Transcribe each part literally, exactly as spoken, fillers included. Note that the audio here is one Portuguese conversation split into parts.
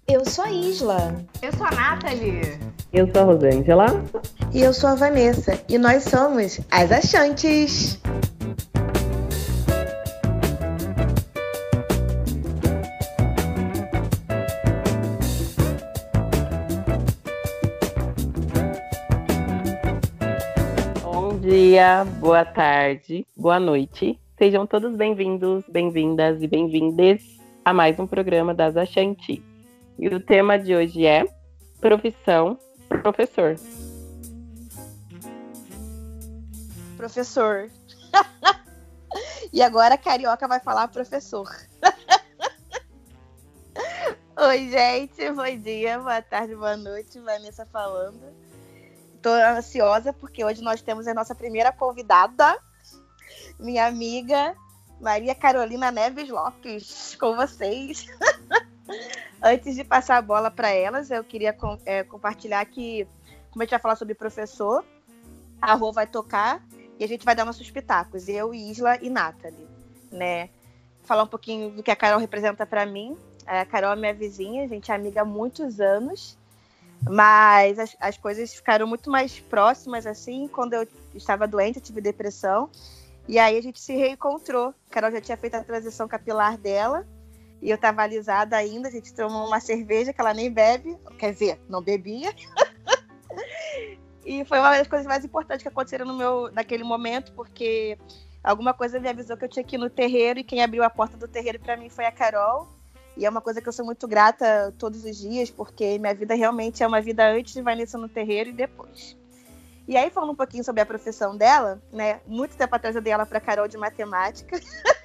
Eu sou a Isla. Eu sou a Nathalie. Eu sou a Rosângela. E eu sou a Vanessa. E nós somos as Achantes. Bom dia, boa tarde, boa noite. Sejam todos bem-vindos, bem-vindas e bem-vindes a mais um programa das Achantes. E o tema de hoje é profissão professor. Professor. E agora a carioca vai falar professor. Oi, gente. Bom dia, boa tarde, boa noite. Vanessa falando. Tô ansiosa porque hoje nós temos a nossa primeira convidada, minha amiga Maria Carolina Neves Lopes, com vocês. Antes de passar a bola para elas, eu queria é, compartilhar que, como a gente vai falar sobre professor, a Rô vai tocar e a gente vai dar nossos pitacos, eu, Isla e Nathalie, né? Falar um pouquinho do que a Carol representa para mim. A Carol é minha vizinha, a gente é amiga há muitos anos, mas as, as coisas ficaram muito mais próximas, assim, quando eu estava doente, eu tive depressão, e aí a gente se reencontrou. A Carol já tinha feito a transição capilar dela, e eu estava alisada ainda, a gente tomou uma cerveja que ela nem bebe, quer dizer, não bebia. E foi uma das coisas mais importantes que aconteceram no meu, naquele momento, porque alguma coisa me avisou que eu tinha que ir no terreiro, e quem abriu a porta do terreiro para mim foi a Carol. E é uma coisa que eu sou muito grata todos os dias, porque minha vida realmente é uma vida antes de Vanessa no terreiro e depois. E aí, falando um pouquinho sobre a profissão dela, né? Muito tempo atrás eu dei ela para a Carol de matemática.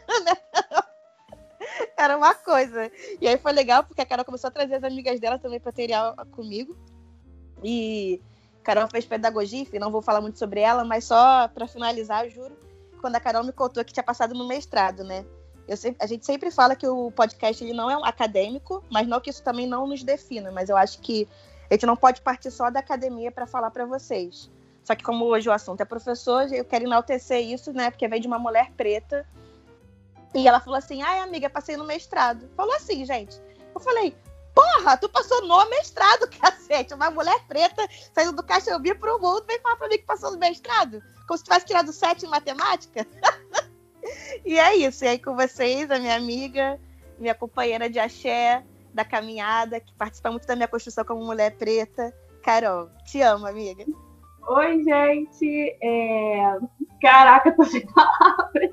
Era uma coisa. E aí foi legal, porque a Carol começou a trazer as amigas dela também para ter aula comigo. E a Carol fez pedagogia, enfim, não vou falar muito sobre ela, mas só para finalizar, eu juro, quando a Carol me contou que tinha passado no mestrado, né? Eu sempre, a gente sempre fala que o podcast ele não é um acadêmico, mas não que isso também não nos defina, mas eu acho que a gente não pode partir só da academia para falar para vocês. Só que como hoje o assunto é professor, eu quero enaltecer isso, né? Porque vem de uma mulher preta. E ela falou assim, ai amiga, passei no mestrado. Falou assim, gente. Eu falei, porra, tu passou no mestrado, cacete. Uma mulher preta saindo do Caxambi pro mundo, vem falar pra mim que passou no mestrado? Como se tivesse tirado sete em matemática. E é isso, e aí com vocês, a minha amiga, minha companheira de axé, da caminhada, que participa muito da minha construção como mulher preta, Carol. Te amo, amiga. Oi, gente. É... Caraca, tô sem palavras.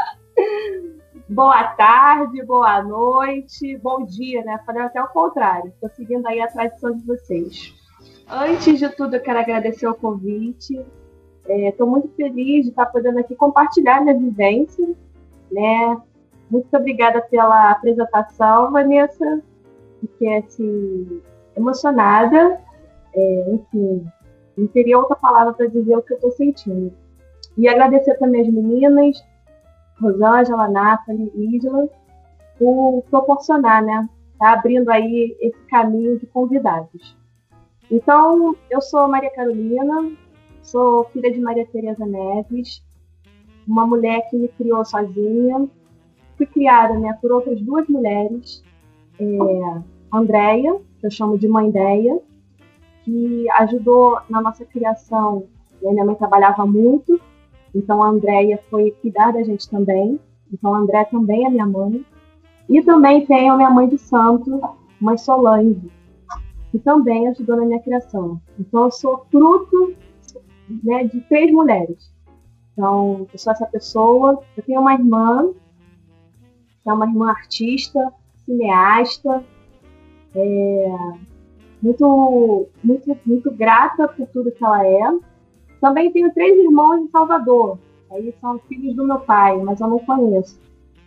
Boa tarde, boa noite, bom dia, né? Falei até o contrário. Tô seguindo aí a tradição de vocês. Antes de tudo, eu quero agradecer o convite. Estou é, muito feliz de estar podendo aqui compartilhar minha vivência, né? Muito obrigada pela apresentação, Vanessa. Fiquei assim, emocionada. É, enfim, não teria outra palavra para dizer o que eu estou sentindo. E agradecer também as meninas, Rosângela, Nathalie, Isla, por proporcionar, né? Tá abrindo aí esse caminho de convidados. Então, eu sou Maria Carolina, sou filha de Maria Tereza Neves, uma mulher que me criou sozinha. Fui criada, né, por outras duas mulheres, é, Andréia, que eu chamo de Mãe Déia, que ajudou na nossa criação. Minha mãe trabalhava muito, então a Andréia foi cuidar da gente também. Então a Andréia também é minha mãe. E também tenho a minha mãe de santo, Mãe Solange, que também ajudou na minha criação. Então eu sou fruto, né, de três mulheres. Então, eu sou essa pessoa. Eu tenho uma irmã, que é uma irmã artista, cineasta, é, muito, muito, muito grata por tudo que ela é. Também tenho três irmãos em Salvador. Aí são filhos do meu pai, mas eu não conheço.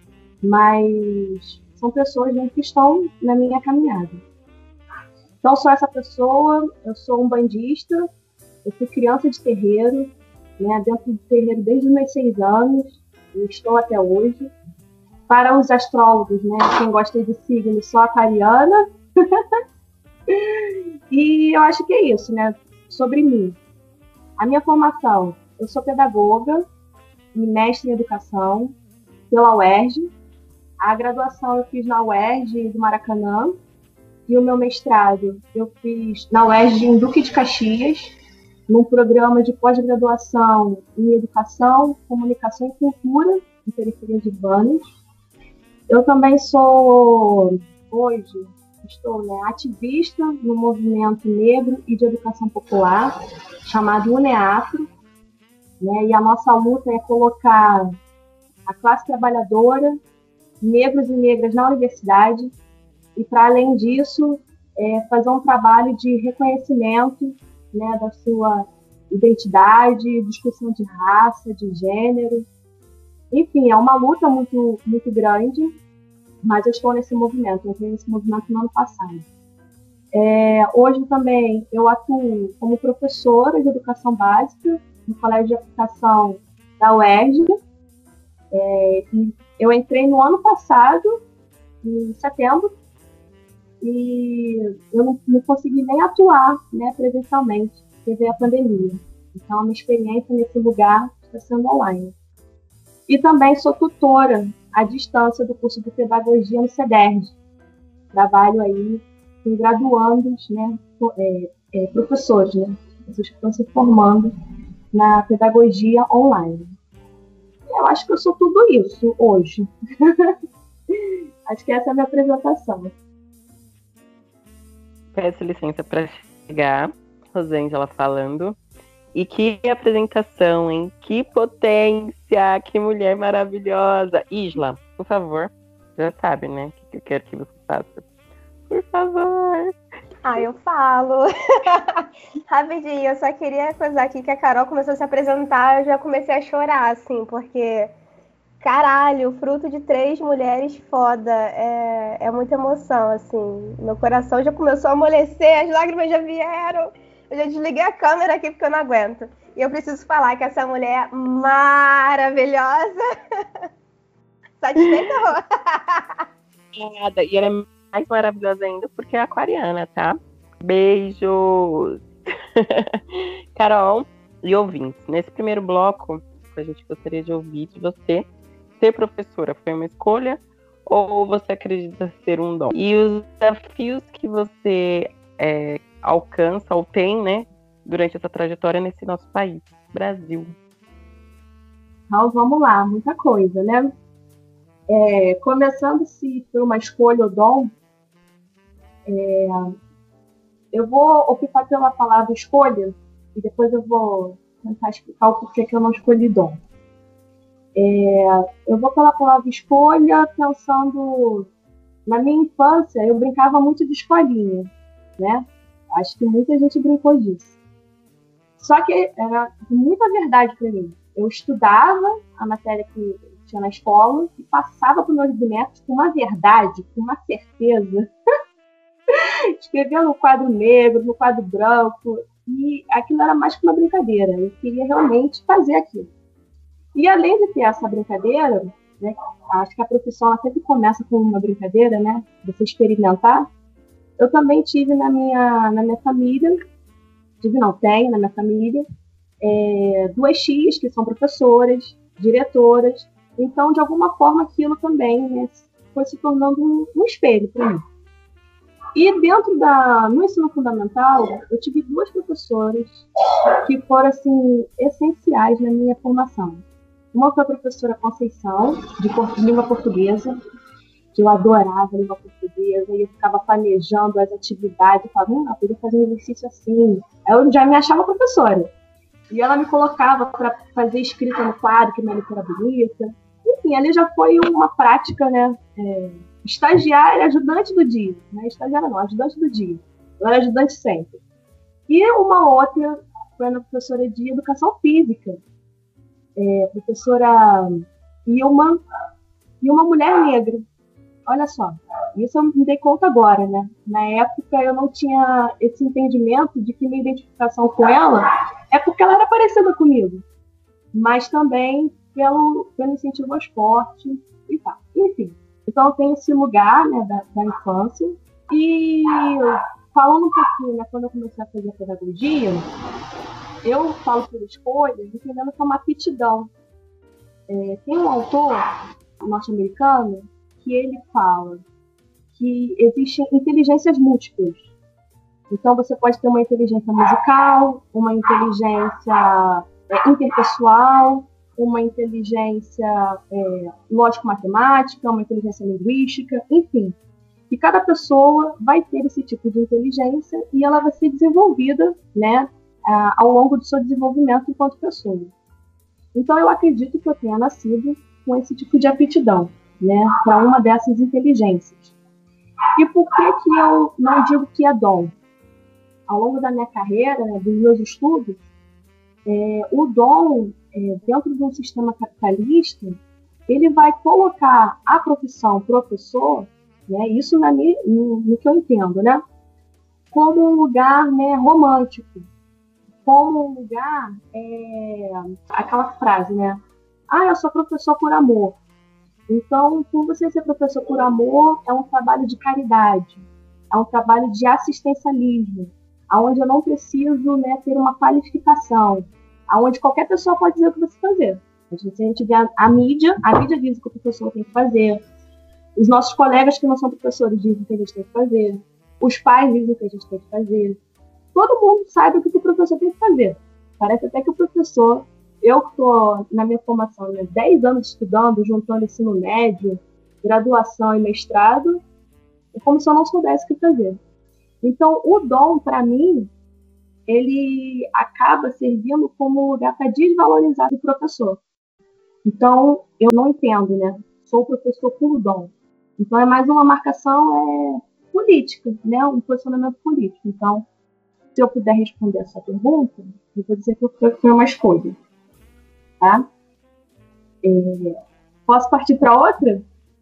Mas são pessoas, né, que estão na minha caminhada. Então, sou essa pessoa. Eu sou um bandista. Eu fui criança de terreiro, né, dentro do terreiro desde os meus seis anos, e estou até hoje. Para os astrólogos, né, quem gosta de signo, sou aquariana. E eu acho que é isso, né, sobre mim. A minha formação, eu sou pedagoga e mestre em educação pela U E R J. A graduação eu fiz na U E R J do Maracanã. E o meu mestrado eu fiz na U E R J em Duque de Caxias, num programa de pós-graduação em Educação, Comunicação e Cultura, em periferias urbanas. Eu também sou, hoje, estou né, ativista no movimento negro e de educação popular, chamado UNEAFRO, né, e a nossa luta é colocar a classe trabalhadora, negros e negras na universidade, e, para além disso, é, fazer um trabalho de reconhecimento, né, da sua identidade, discussão de raça, de gênero. Enfim, é uma luta muito, muito grande, mas eu estou nesse movimento, eu entrei nesse movimento no ano passado. É, hoje também eu atuo como professora de educação básica no Colégio de Aplicação da U E R J. É, e eu entrei no ano passado, em setembro, e eu não, não consegui nem atuar, né, presencialmente, porque veio a pandemia. Então, a minha experiência nesse lugar está sendo online. E também sou tutora à distância do curso de Pedagogia no CEDERJ. Trabalho aí com graduandos, né, é, é, professores, né, pessoas que estão se formando na pedagogia online. Eu acho que eu sou tudo isso hoje. Acho que essa é a minha apresentação. Peço licença para chegar, Rosângela falando. E que apresentação, hein? Que potência! Que mulher maravilhosa! Isla, por favor, já sabe, né? O que eu quero que você faça. Por favor! Ah, eu falo. Rapidinho, eu só queria coisar aqui que a Carol começou a se apresentar, eu já comecei a chorar, assim, porque, caralho, fruto de três mulheres foda, é, é muita emoção, assim. Meu coração já começou a amolecer, as lágrimas já vieram. Eu já desliguei a câmera aqui porque eu não aguento. E eu preciso falar que essa mulher é maravilhosa. Satisfeita? Nada. E ela é mais maravilhosa ainda porque é aquariana, tá? Beijos! Carol e ouvintes, nesse primeiro bloco, a gente gostaria de ouvir de você. Ser professora foi uma escolha ou você acredita ser um dom? E os desafios que você é, alcança ou tem, né, durante essa trajetória nesse nosso país, Brasil. Então, vamos lá, muita coisa, né? É, começando se por uma escolha ou dom, é, eu vou optar pela palavra escolha e depois eu vou tentar explicar o porquê que eu não escolhi dom. É, eu vou pela palavra escolha pensando na minha infância, eu brincava muito de escolinha, né? Acho que muita gente brincou disso. Só que era muita verdade para mim. Eu estudava a matéria que tinha na escola e passava para os meus bonecos com uma verdade, com uma certeza. Escrevia no quadro negro, no quadro branco, e aquilo era mais que uma brincadeira. Eu queria realmente fazer aquilo. E além de ter essa brincadeira, né, acho que a profissão ela sempre começa com uma brincadeira, né? Você experimentar. Eu também tive na minha, na minha família, tive não, tenho na minha família, é, duas tias que são professoras, diretoras. Então, de alguma forma, aquilo também, né, foi se tornando um, um espelho para mim. E dentro da, no ensino fundamental, eu tive duas professoras que foram assim, essenciais na minha formação. Uma foi a professora Conceição, de, de língua portuguesa, que eu adorava a língua portuguesa, e eu ficava planejando as atividades, eu falava, hum, eu podia fazer um exercício assim. Aí eu já me achava professora. E ela me colocava para fazer escrita no quadro, que minha letra era bonita. Enfim, ali já foi uma prática, né? É, estagiária, ajudante do dia. Né? Estagiária não, ajudante do dia. Eu era ajudante sempre. E uma outra foi a professora de educação física. É, professora Ilma, e uma mulher negra. Olha só, isso eu me dei conta agora, né? Na época eu não tinha esse entendimento de que minha identificação com ela é porque ela era parecida comigo, mas também pelo, pelo incentivo ao esporte e tal. Enfim, então eu tenho esse lugar, né, da, da infância. E falando um pouquinho, né, quando eu comecei a fazer a pedagogia, eu falo por escolha, entendendo que é uma aptidão. É, tem um autor norte-americano que ele fala que existem inteligências múltiplas. Então, você pode ter uma inteligência musical, uma inteligência é, interpessoal, uma inteligência é, lógico-matemática, uma inteligência linguística, enfim. E cada pessoa vai ter esse tipo de inteligência e ela vai ser desenvolvida, né, ao longo do seu desenvolvimento enquanto pessoa. Então, eu acredito que eu tenha nascido com esse tipo de aptidão, né, para uma dessas inteligências. E por que que eu não digo que é dom? Ao longo da minha carreira, né, dos meus estudos, é, o dom, é, dentro de um sistema capitalista, ele vai colocar a profissão professor, né, isso na, no, no que eu entendo, né, como um lugar, né, romântico, como um lugar, é, aquela frase, né, ah, eu sou professor por amor. Então, por você ser professor por amor, é um trabalho de caridade, é um trabalho de assistencialismo, onde eu não preciso, né, ter uma qualificação, onde qualquer pessoa pode dizer o que você fazer. A gente, a gente vê a, a mídia, a mídia diz o que o professor tem que fazer, os nossos colegas que não são professores dizem o que a gente tem que fazer, os pais dizem o que a gente tem que fazer. Todo mundo sabe o que o professor tem que fazer. Parece até que o professor, eu que estou na minha formação, né, dez anos estudando, juntando ensino médio, graduação e mestrado, é como se eu não soubesse o que fazer. Então, o dom, para mim, ele acaba servindo como lugar para desvalorizar o professor. Então, eu não entendo, né? Sou professor por dom. Então, é mais uma marcação é, política, né? Um posicionamento político. Então, se eu puder responder essa pergunta, eu vou dizer que foi uma escolha. Tá? É, posso partir para outra?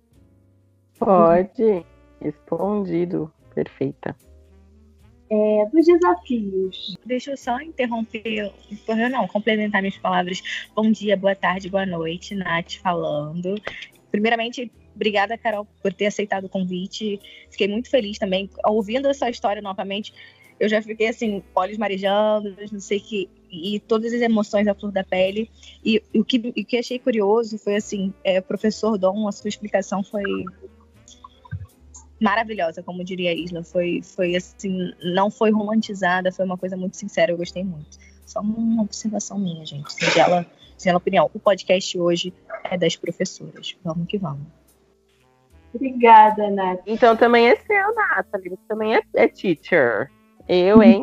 Pode. Respondido. Perfeita. É, dos desafios. Deixa eu só interromper, não, complementar minhas palavras. Bom dia, boa tarde, boa noite, Nath falando. Primeiramente, obrigada, Carol, por ter aceitado o convite. Fiquei muito feliz também. Ouvindo essa história novamente, eu já fiquei assim, olhos marejando, não sei o que, e todas as emoções à flor da pele. E o que, o que achei curioso foi assim, é, professor Dom, a sua explicação foi maravilhosa, como diria a Isla. Foi, foi assim, não foi romantizada, foi uma coisa muito sincera, eu gostei muito. Só uma observação minha, gente, singela, singela opinião. O podcast hoje é das professoras. Vamos que vamos. Obrigada, Nath. Então também é seu, Nathalie. Você também é, é teacher. Eu, hein?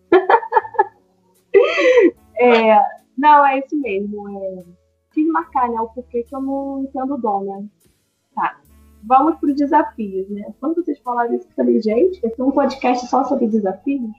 é, não, é isso mesmo. É, quis marcar, né, o porquê que eu não entendo o dom, né? Tá. Vamos para os desafios, né? Quando vocês falaram isso, eu falei, gente, vai ter um podcast só sobre desafios?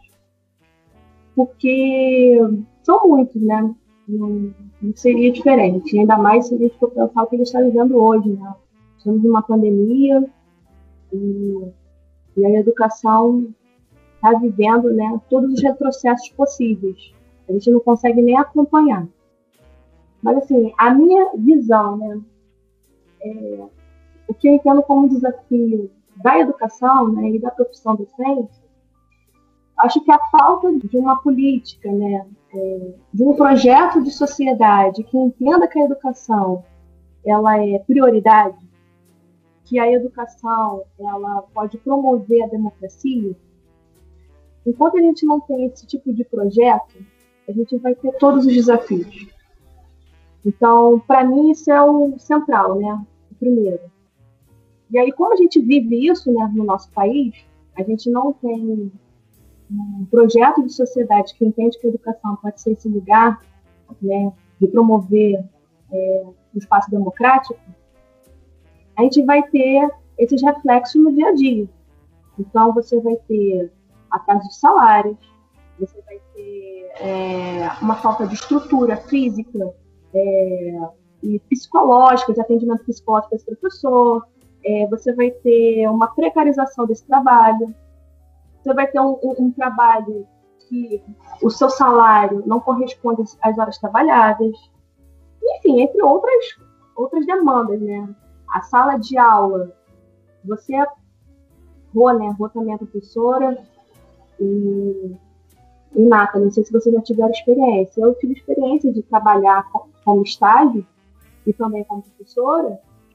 Porque são muitos, né? Não, não seria diferente. Ainda mais se a gente for pensar o que a gente está vivendo hoje, né? Estamos numa pandemia e, e a educação está vivendo, né, todos os retrocessos possíveis. A gente não consegue nem acompanhar. Mas, assim, a minha visão, né, é, o que eu entendo como desafio da educação, né, e da profissão docente, acho que a falta de uma política, né, é, de um projeto de sociedade que entenda que a educação ela é prioridade, que a educação ela pode promover a democracia. Enquanto a gente não tem esse tipo de projeto, a gente vai ter todos os desafios. Então, para mim, isso é o central, né? O primeiro. E aí, como a gente vive isso, né, no nosso país, a gente não tem um projeto de sociedade que entende que a educação pode ser esse lugar, né, de promover é, o espaço democrático, a gente vai ter esses reflexos no dia a dia. Então, você vai ter atraso de salários, você vai ter é, uma falta de estrutura física é, e psicológica, de atendimento psicológico para esse professor, é, você vai ter uma precarização desse trabalho, você vai ter um, um, um trabalho que o seu salário não corresponde às horas trabalhadas, enfim, entre outras, outras demandas, né? A sala de aula, você errou, né? Errou também a professora. E, e Nata, não sei se vocês já tiveram experiência. Eu tive experiência de trabalhar como estágio e também como professora.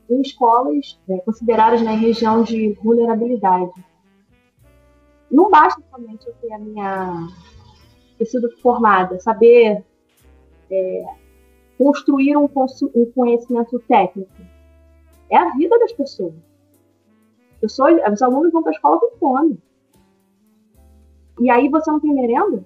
em escolas é, consideradas na região de vulnerabilidade. Não basta somente eu ter a minha ter sido formada, saber é, construir um, um conhecimento técnico. É a vida das pessoas. pessoas. Os alunos vão para a escola com fome. E aí você não tem merenda?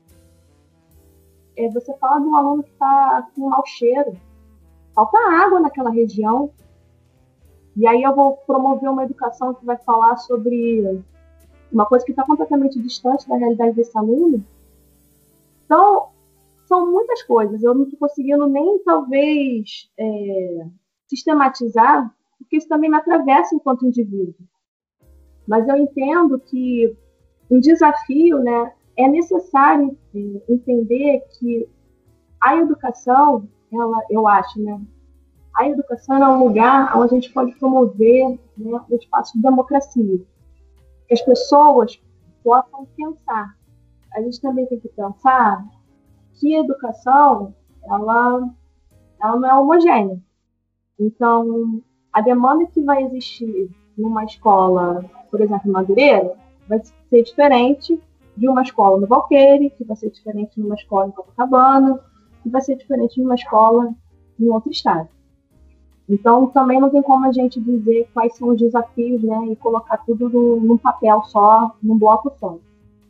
É, você fala de um aluno que está com um mau cheiro. Falta água naquela região. E aí eu vou promover uma educação que vai falar sobre uma coisa que está completamente distante da realidade desse aluno. Então, são muitas coisas. Eu não estou conseguindo nem, talvez, é, sistematizar, porque isso também me atravessa enquanto indivíduo. Mas eu entendo que um desafio, né, é necessário é, entender que a educação, ela, eu acho, né, a educação é um lugar onde a gente pode promover, né, um espaço de democracia. Que as pessoas possam pensar. A gente também tem que pensar que a educação, ela, ela não é homogênea. Então, a demanda que vai existir numa escola, por exemplo, em Madureira, vai ser diferente de uma escola no Valqueire, que vai ser diferente de uma escola em Copacabana, que vai ser diferente de uma escola em outro estado. Então, também não tem como a gente dizer quais são os desafios, né, e colocar tudo no, num papel só, num bloco só.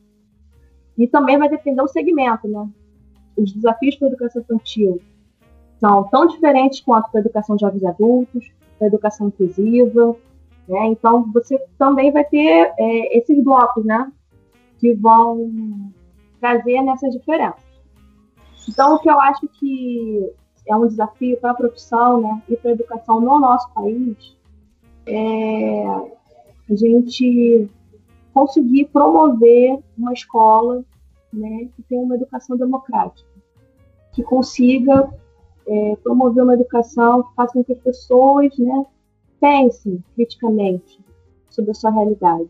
E também vai depender do segmento, né? Os desafios para a educação infantil são tão diferentes quanto para a educação de jovens adultos, para a educação inclusiva, né? Então, você também vai ter é, esses blocos, né, que vão trazer nessas diferenças. Então, o que eu acho que é um desafio para a profissão, né, e para a educação no nosso país é a gente conseguir promover uma escola, né, que tenha uma educação democrática, que consiga é, promover uma educação que faça com que as pessoas, né, pensem criticamente sobre a sua realidade.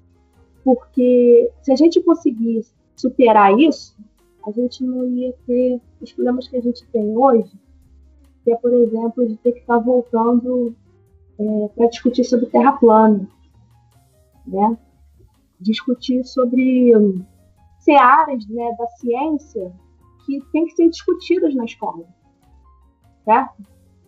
Porque se a gente conseguir superar isso, a gente não ia ter os problemas que a gente tem hoje, que é, por exemplo, de ter que estar voltando é, para discutir sobre terra plana, né? Discutir sobre um, searas, né, da ciência que tem que ser discutidas na escola, certo?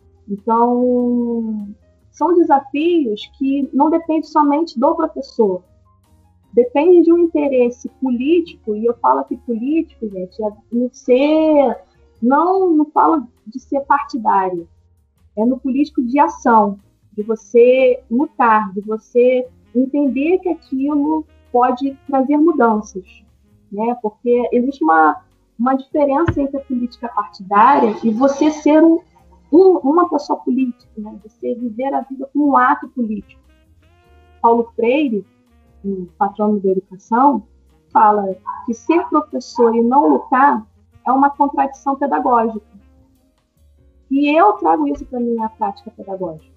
Então, são desafios que não dependem somente do professor, depende de um interesse político, e eu falo aqui político, gente, é não ser, não, não falo de ser partidário, é no político de ação, de você lutar, de você entender que aquilo pode trazer mudanças, né? Porque existe uma, uma diferença entre a política partidária e você ser um, um, uma pessoa política, né? Você viver a vida como um ato político. Paulo Freire, um patrono da educação, fala que ser professor e não lutar é uma contradição pedagógica. E eu trago isso para a minha prática pedagógica.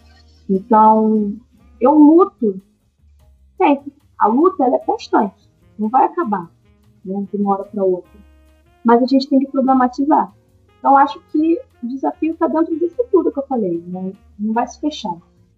Então, eu luto sempre. A luta ela é constante, não vai acabar, né, de uma hora para outra. Mas a gente tem que problematizar. Então, acho que o desafio está dentro disso tudo que eu falei, né? Não vai se fechar.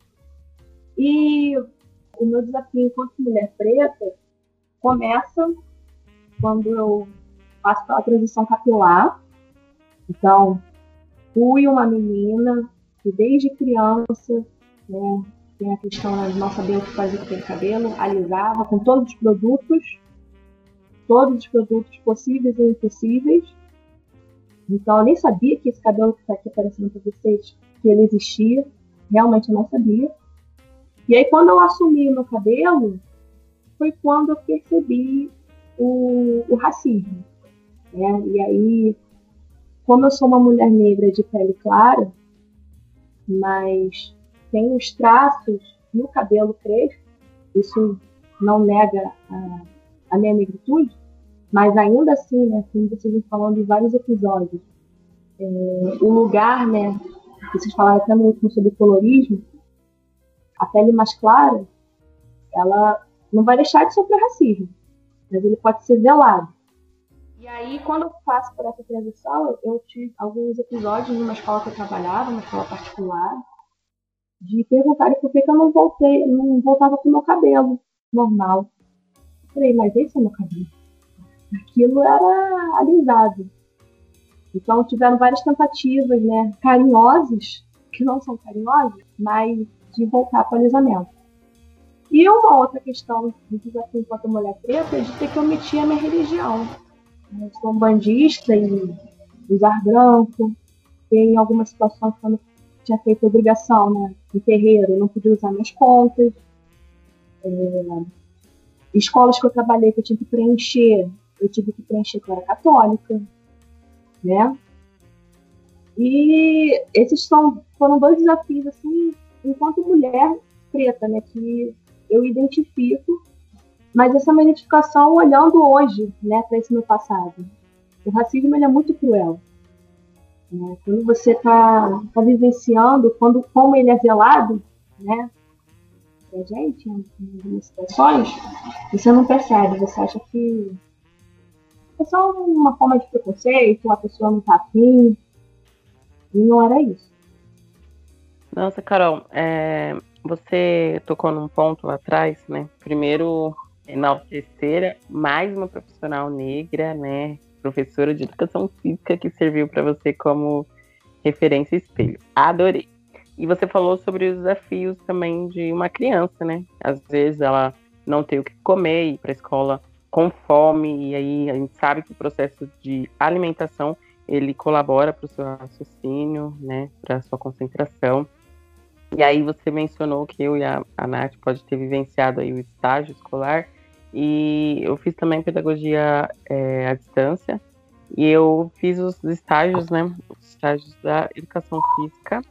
E o meu desafio enquanto mulher preta começa quando eu passo pela transição capilar. Então, fui uma menina que desde criança, né, tem a questão de não saber o que fazer com aquele cabelo, alisava com todos os produtos, todos os produtos possíveis e impossíveis. Então, eu nem sabia que esse cabelo que está aqui aparecendo para vocês, que ele existia, realmente eu não sabia. E aí, quando eu assumi o meu cabelo, foi quando eu percebi o, o racismo, né? E aí, como eu sou uma mulher negra de pele clara, mas tenho os traços e o cabelo crespo, isso não nega a, a minha negritude, mas ainda assim, né, como vocês vêm falando em vários episódios, é, o lugar, né, vocês falaram até no último sobre colorismo, a pele mais clara, ela não vai deixar de sofrer racismo, mas ele pode ser velado. E aí, quando eu passo por essa transição, eu tive alguns episódios numa escola que eu trabalhava, uma escola particular, de perguntarem por que, que eu não voltei, não voltava com o meu cabelo normal. Eu falei, mas esse é meu cabelo. Aquilo era alisado. Então tiveram várias tentativas, né, carinhosas, que não são carinhosas, mas de voltar para o alisamento. E uma outra questão de desafio enquanto mulher preta é de ter que omitir a minha religião. Eu sou bandista e usar branco. E em algumas situações, quando tinha feito obrigação, né, no terreiro, eu não podia usar minhas contas. É, escolas que eu trabalhei que eu tinha que preencher, eu tive que preencher que eu era católica, né? E esses são, foram dois desafios, assim, enquanto mulher preta, né, que eu identifico, mas essa é uma identificação olhando hoje, né, para esse meu passado. O racismo, ele é muito cruel. Né? Quando você está tá vivenciando, quando, como ele é velado, né, pra gente, em algumas situações, você não percebe, você acha que é só uma forma de preconceito, a pessoa não está afim, e não era isso. Nossa, Carol, é, você tocou num ponto lá atrás, né? Primeiro, enaltecer mais uma profissional negra, né? Professora de educação física que serviu para você como referência e espelho. Adorei. E você falou sobre os desafios também de uma criança, né? Às vezes ela não tem o que comer, ir para a escola com fome, e aí a gente sabe que o processo de alimentação, ele colabora para o seu raciocínio, né? Para a sua concentração. E aí você mencionou que eu e a, a Nath pode ter vivenciado aí o estágio escolar, e eu fiz também pedagogia é, à distância, e eu fiz os estágios, né, os estágios da educação física,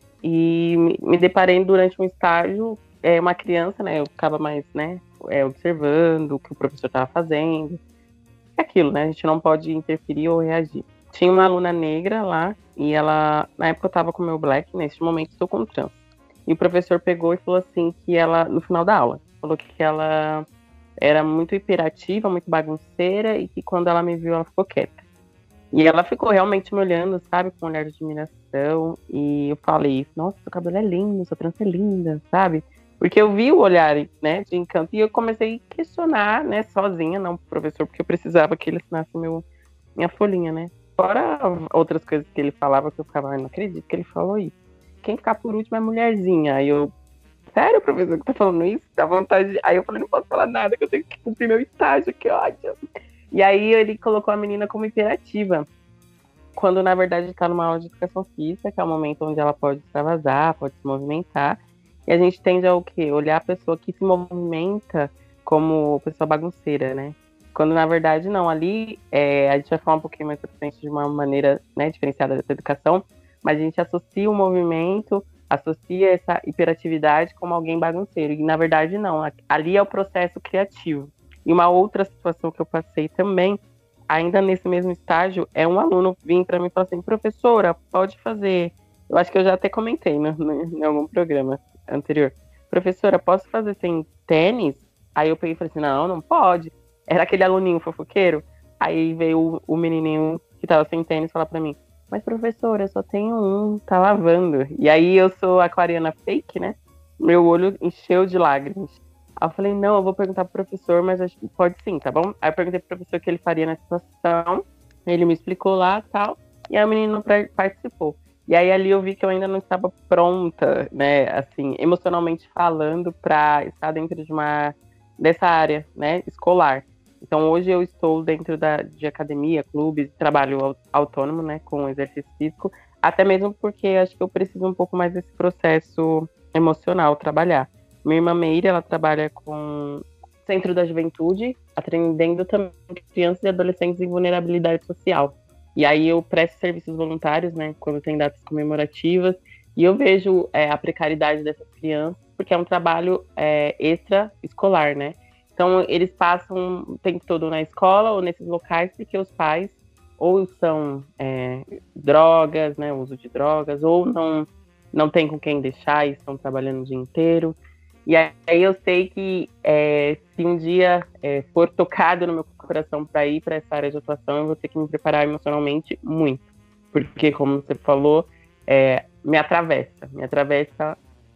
e me, me deparei durante um estágio, é, uma criança, né, eu ficava mais, né, é, observando o que o professor estava fazendo, é aquilo, né, a gente não pode interferir ou reagir. Tinha uma aluna negra lá, e ela, na época eu estava com o meu black, neste momento estou com trans. E o professor pegou e falou assim, que ela, no final da aula, falou que ela era muito hiperativa, muito bagunceira, e que quando ela me viu, ela ficou quieta. E ela ficou realmente me olhando, sabe, com um olhar de admiração, e eu falei, nossa, seu cabelo é lindo, sua trança é linda, sabe? Porque eu vi o olhar, né, de encanto, e eu comecei a questionar, né, sozinha, não pro professor, porque eu precisava que ele assinasse meu, minha folhinha, né? Fora outras coisas que ele falava, que eu ficava, ah, não acredito que ele falou isso. Quem ficar por último é mulherzinha. Aí eu, sério, professor, que tá falando isso? Dá vontade de... Aí eu falei, não posso falar nada, que eu tenho que cumprir meu estágio, que ódio. E aí ele colocou a menina como imperativa, quando na verdade está numa aula de educação física, que é o momento onde ela pode extravasar, pode se movimentar, e a gente tende ao quê? Olhar a pessoa que se movimenta como pessoa bagunceira, né? Quando na verdade não, ali é, a gente vai falar um pouquinho mais pra frente de uma maneira, né, diferenciada dessa educação, mas a gente associa o movimento, associa essa hiperatividade como alguém bagunceiro. E, na verdade, não. Ali é o processo criativo. E uma outra situação que eu passei também, ainda nesse mesmo estágio, é um aluno vir para mim e falar assim, professora, pode fazer... Eu acho que eu já até comentei no, no, em algum programa anterior. Professora, posso fazer sem tênis? Aí eu peguei e falei assim, não, não pode. Era aquele aluninho fofoqueiro. Aí veio o, o menininho que estava sem tênis falar para mim, mas, professora, eu só tenho um, tá lavando. E aí eu sou aquariana fake, né? Meu olho encheu de lágrimas. Aí eu falei, não, eu vou perguntar pro professor, mas acho que pode sim, tá bom? Aí eu perguntei pro professor o que ele faria nessa situação. Ele me explicou lá e tal. E aí o menino participou. E aí ali eu vi que eu ainda não estava pronta, né? Assim, emocionalmente falando, pra estar dentro de uma... dessa área, né? Escolar. Então, hoje eu estou dentro da, de academia, clubes, trabalho autônomo, né, com exercício físico, até mesmo porque acho que eu preciso um pouco mais desse processo emocional, trabalhar. Minha irmã Meire, ela trabalha com Centro da Juventude, atendendo também crianças e adolescentes em vulnerabilidade social. E aí eu presto serviços voluntários, né, quando tem datas comemorativas, e eu vejo é, a precariedade dessas crianças, porque é um trabalho é, extra-escolar, né? Então, eles passam o tempo todo na escola ou nesses locais porque os pais ou são é, drogas, né, uso de drogas, ou não, não tem com quem deixar e estão trabalhando o dia inteiro. E aí eu sei que é, se um dia é, for tocado no meu coração para ir para essa área de atuação, eu vou ter que me preparar emocionalmente muito. Porque, como você falou, é, me atravessa. Me atravessa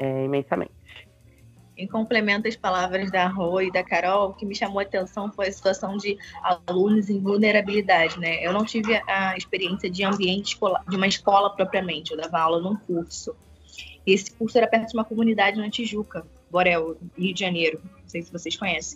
é, imensamente. Em complemento às palavras da Rô e da Carol, o que me chamou a atenção foi a situação de alunos em vulnerabilidade, né? Eu não tive a experiência de ambiente escolar, de uma escola propriamente, eu dava aula num curso. Esse curso era perto de uma comunidade na Tijuca, Borel, Rio de Janeiro, não sei se vocês conhecem.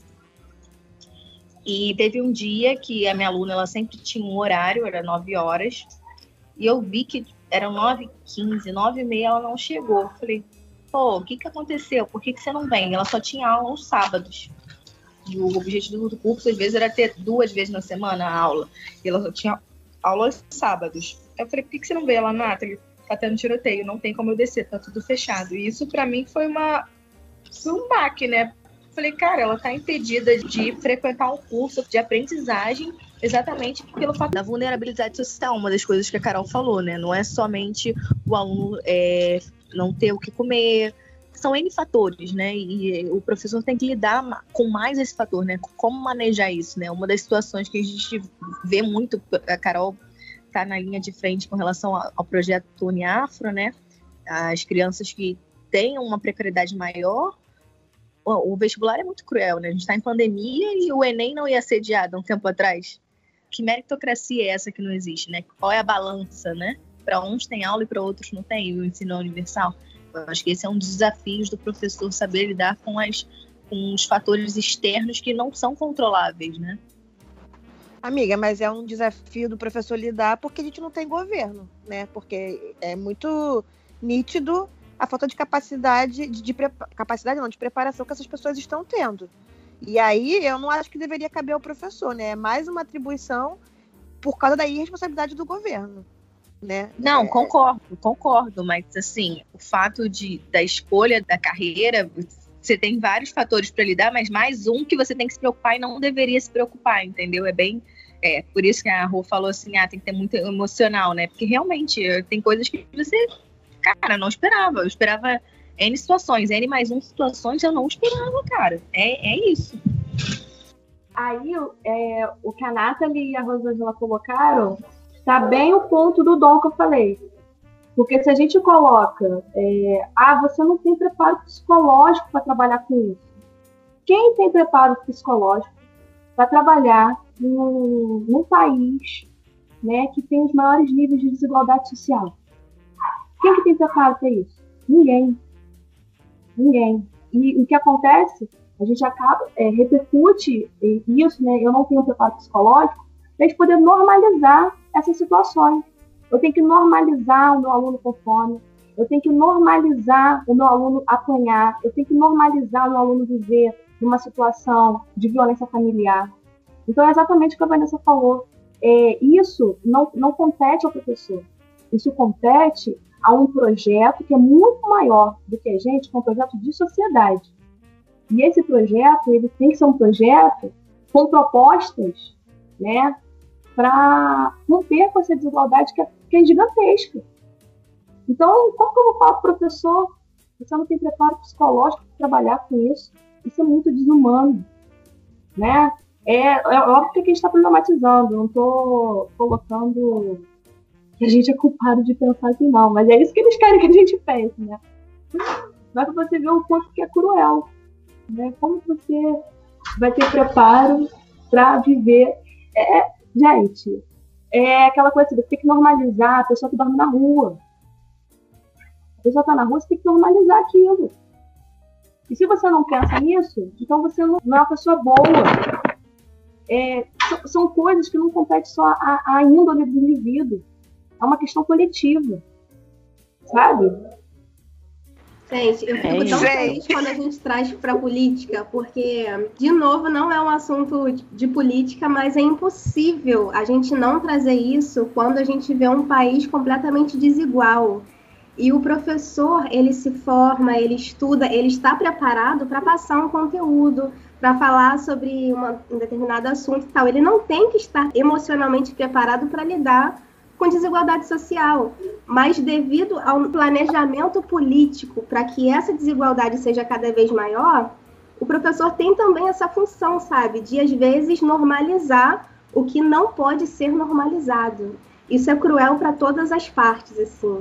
E teve um dia que a minha aluna, ela sempre tinha um horário, era nove horas, e eu vi que eram nove e quinze, nove e meia, ela não chegou. Eu falei, pô, o que que aconteceu? Por que que você não vem? Ela só tinha aula aos sábados. E o objetivo do curso, às vezes, era ter duas vezes na semana a aula. E ela só tinha aula aos sábados. Eu falei, por que que você não veio? Ela, Nathalie, tá tendo tiroteio, não tem como eu descer, tá tudo fechado. E isso, pra mim, foi uma... foi um baque, né? Falei, cara, ela tá impedida de frequentar um curso de aprendizagem exatamente pelo fato da vulnerabilidade social, uma das coisas que a Carol falou, né? Não é somente o aluno é, não ter o que comer, são N fatores, né? E o professor tem que lidar com mais esse fator, né? Como manejar isso, né? Uma das situações que a gente vê muito, a Carol tá na linha de frente com relação ao projeto Uniafro, né? As crianças que têm uma precariedade maior. O vestibular é muito cruel, né? A gente está em pandemia e o Enem não ia ser adiado há um tempo atrás. Que meritocracia é essa que não existe, né? Qual é a balança, né? Para uns tem aula e para outros não tem, e o ensino universal. Eu acho que esse é um dos desafios do professor, saber lidar com, as, com os fatores externos que não são controláveis, né? Amiga, mas é um desafio do professor lidar porque a gente não tem governo, né? Porque é muito nítido a falta de capacidade, de, de capacidade não, de preparação que essas pessoas estão tendo. E aí eu não acho que deveria caber ao professor, né? É mais uma atribuição por causa da irresponsabilidade do governo, né? Não, é... concordo, concordo, mas assim, o fato de, da escolha da carreira, você tem vários fatores para lidar, mas mais um que você tem que se preocupar e não deveria se preocupar, entendeu? É bem... É, por isso que a Rô falou assim, ah, tem que ter muito emocional, né? Porque realmente tem coisas que você... Cara, não esperava. Eu esperava N situações. N mais um situações eu não esperava, cara. É, é isso. Aí, é, o que a Nathalie e a Rosângela colocaram tá bem o ponto do dom que eu falei. Porque se a gente coloca é, ah, você não tem preparo psicológico para trabalhar com isso. Quem tem preparo psicológico para trabalhar num, num país, né, que tem os maiores níveis de desigualdade social? Quem que tem preparo para isso? Ninguém. Ninguém. E o que acontece, a gente acaba, é, repercute isso, né? Eu não tenho preparo psicológico, para a gente poder normalizar essas situações. Eu tenho que normalizar o meu aluno com fome, eu tenho que normalizar o meu aluno apanhar, eu tenho que normalizar o meu aluno viver numa situação de violência familiar. Então é exatamente o que a Vanessa falou. É, isso não, não compete ao professor. Isso compete a um projeto que é muito maior do que a gente, que é um projeto de sociedade. E esse projeto, ele tem que ser um projeto com propostas, né, para romper com essa desigualdade que é, que é gigantesca. Então, como que eu vou falar para o professor? Você não tem preparo psicológico para trabalhar com isso? Isso é muito desumano, né? É, é óbvio que a gente está problematizando, não estou colocando que a gente é culpado de pensar assim, não. Mas é isso que eles querem que a gente pense, né? Mas você vê o quanto que é cruel, né? Como você vai ter preparo para viver... É, gente, é aquela coisa, você tem que normalizar a pessoa que dorme na rua. A pessoa está na rua, você tem que normalizar aquilo. E se você não pensa nisso, então você não é uma pessoa boa. É, são coisas que não competem só a, a índole do indivíduo. É uma questão coletiva, sabe? Gente, eu fico É tão isso. feliz quando a gente traz para a política, porque, de novo, não é um assunto de política, mas é impossível a gente não trazer isso quando a gente vê um país completamente desigual. E o professor, ele se forma, ele estuda, ele está preparado para passar um conteúdo, para falar sobre uma, um determinado assunto e tal. Ele não tem que estar emocionalmente preparado para lidar com desigualdade social, mas devido ao planejamento político para que essa desigualdade seja cada vez maior, o professor tem também essa função, sabe, de às vezes normalizar o que não pode ser normalizado. Isso é cruel para todas as partes, assim.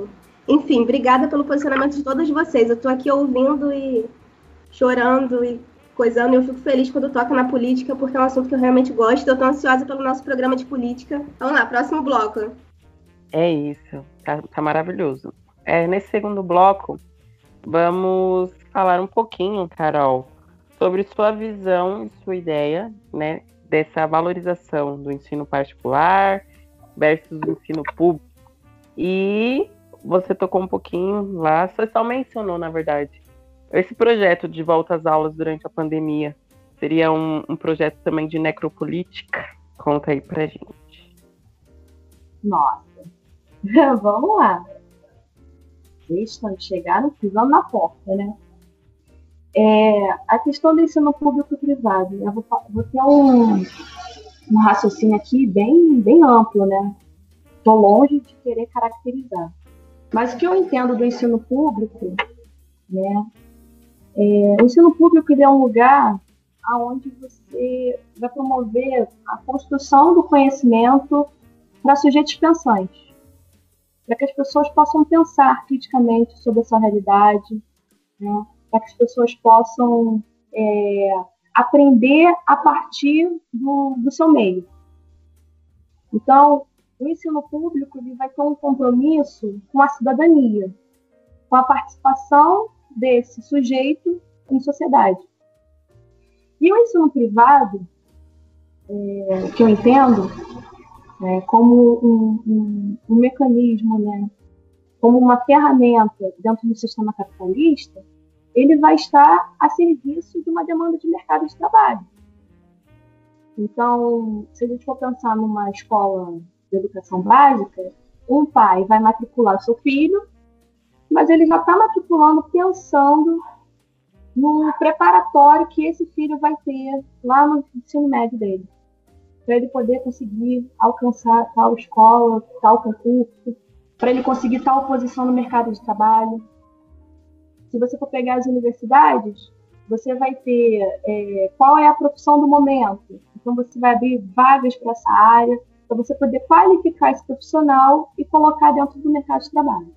Enfim, obrigada pelo posicionamento de todas vocês. Eu estou aqui ouvindo e chorando e coisando, e eu fico feliz quando toca na política, porque é um assunto que eu realmente gosto. Eu estou ansiosa pelo nosso programa de política. Vamos lá, próximo bloco. É isso, tá, tá maravilhoso. É, nesse segundo bloco, vamos falar um pouquinho, Carol, sobre sua visão e sua ideia, né, dessa valorização do ensino particular versus o ensino público. E você tocou um pouquinho lá, você só mencionou, na verdade, esse projeto de volta às aulas durante a pandemia. Seria um, um projeto também de necropolítica? Conta aí pra gente. Nossa, vamos lá. Deixa chegar no pisando na porta, né? É, a questão do ensino público e privado, eu vou, vou ter um, um raciocínio aqui bem, bem amplo, né? Estou longe de querer caracterizar. Mas o que eu entendo do ensino público, né? É, o ensino público ele é um lugar onde você vai promover a construção do conhecimento para sujeitos pensantes, para que as pessoas possam pensar criticamente sobre a sua realidade, né? Para que as pessoas possam é, aprender a partir do, do seu meio. Então, o ensino público ele vai ter um compromisso com a cidadania, com a participação desse sujeito em sociedade. E o ensino privado, é, que eu entendo é, como um, um, um mecanismo, né, como uma ferramenta dentro do sistema capitalista, ele vai estar a serviço de uma demanda de mercado de trabalho. Então, se a gente for pensar numa escola de educação básica, um pai vai matricular seu filho, mas ele já está matriculando pensando no preparatório que esse filho vai ter lá no ensino médio dele, para ele poder conseguir alcançar tal escola, tal concurso, para ele conseguir tal posição no mercado de trabalho. Se você for pegar as universidades, você vai ter é, qual é a profissão do momento. Então você vai abrir vagas para essa área, para você poder qualificar esse profissional e colocar dentro do mercado de trabalho.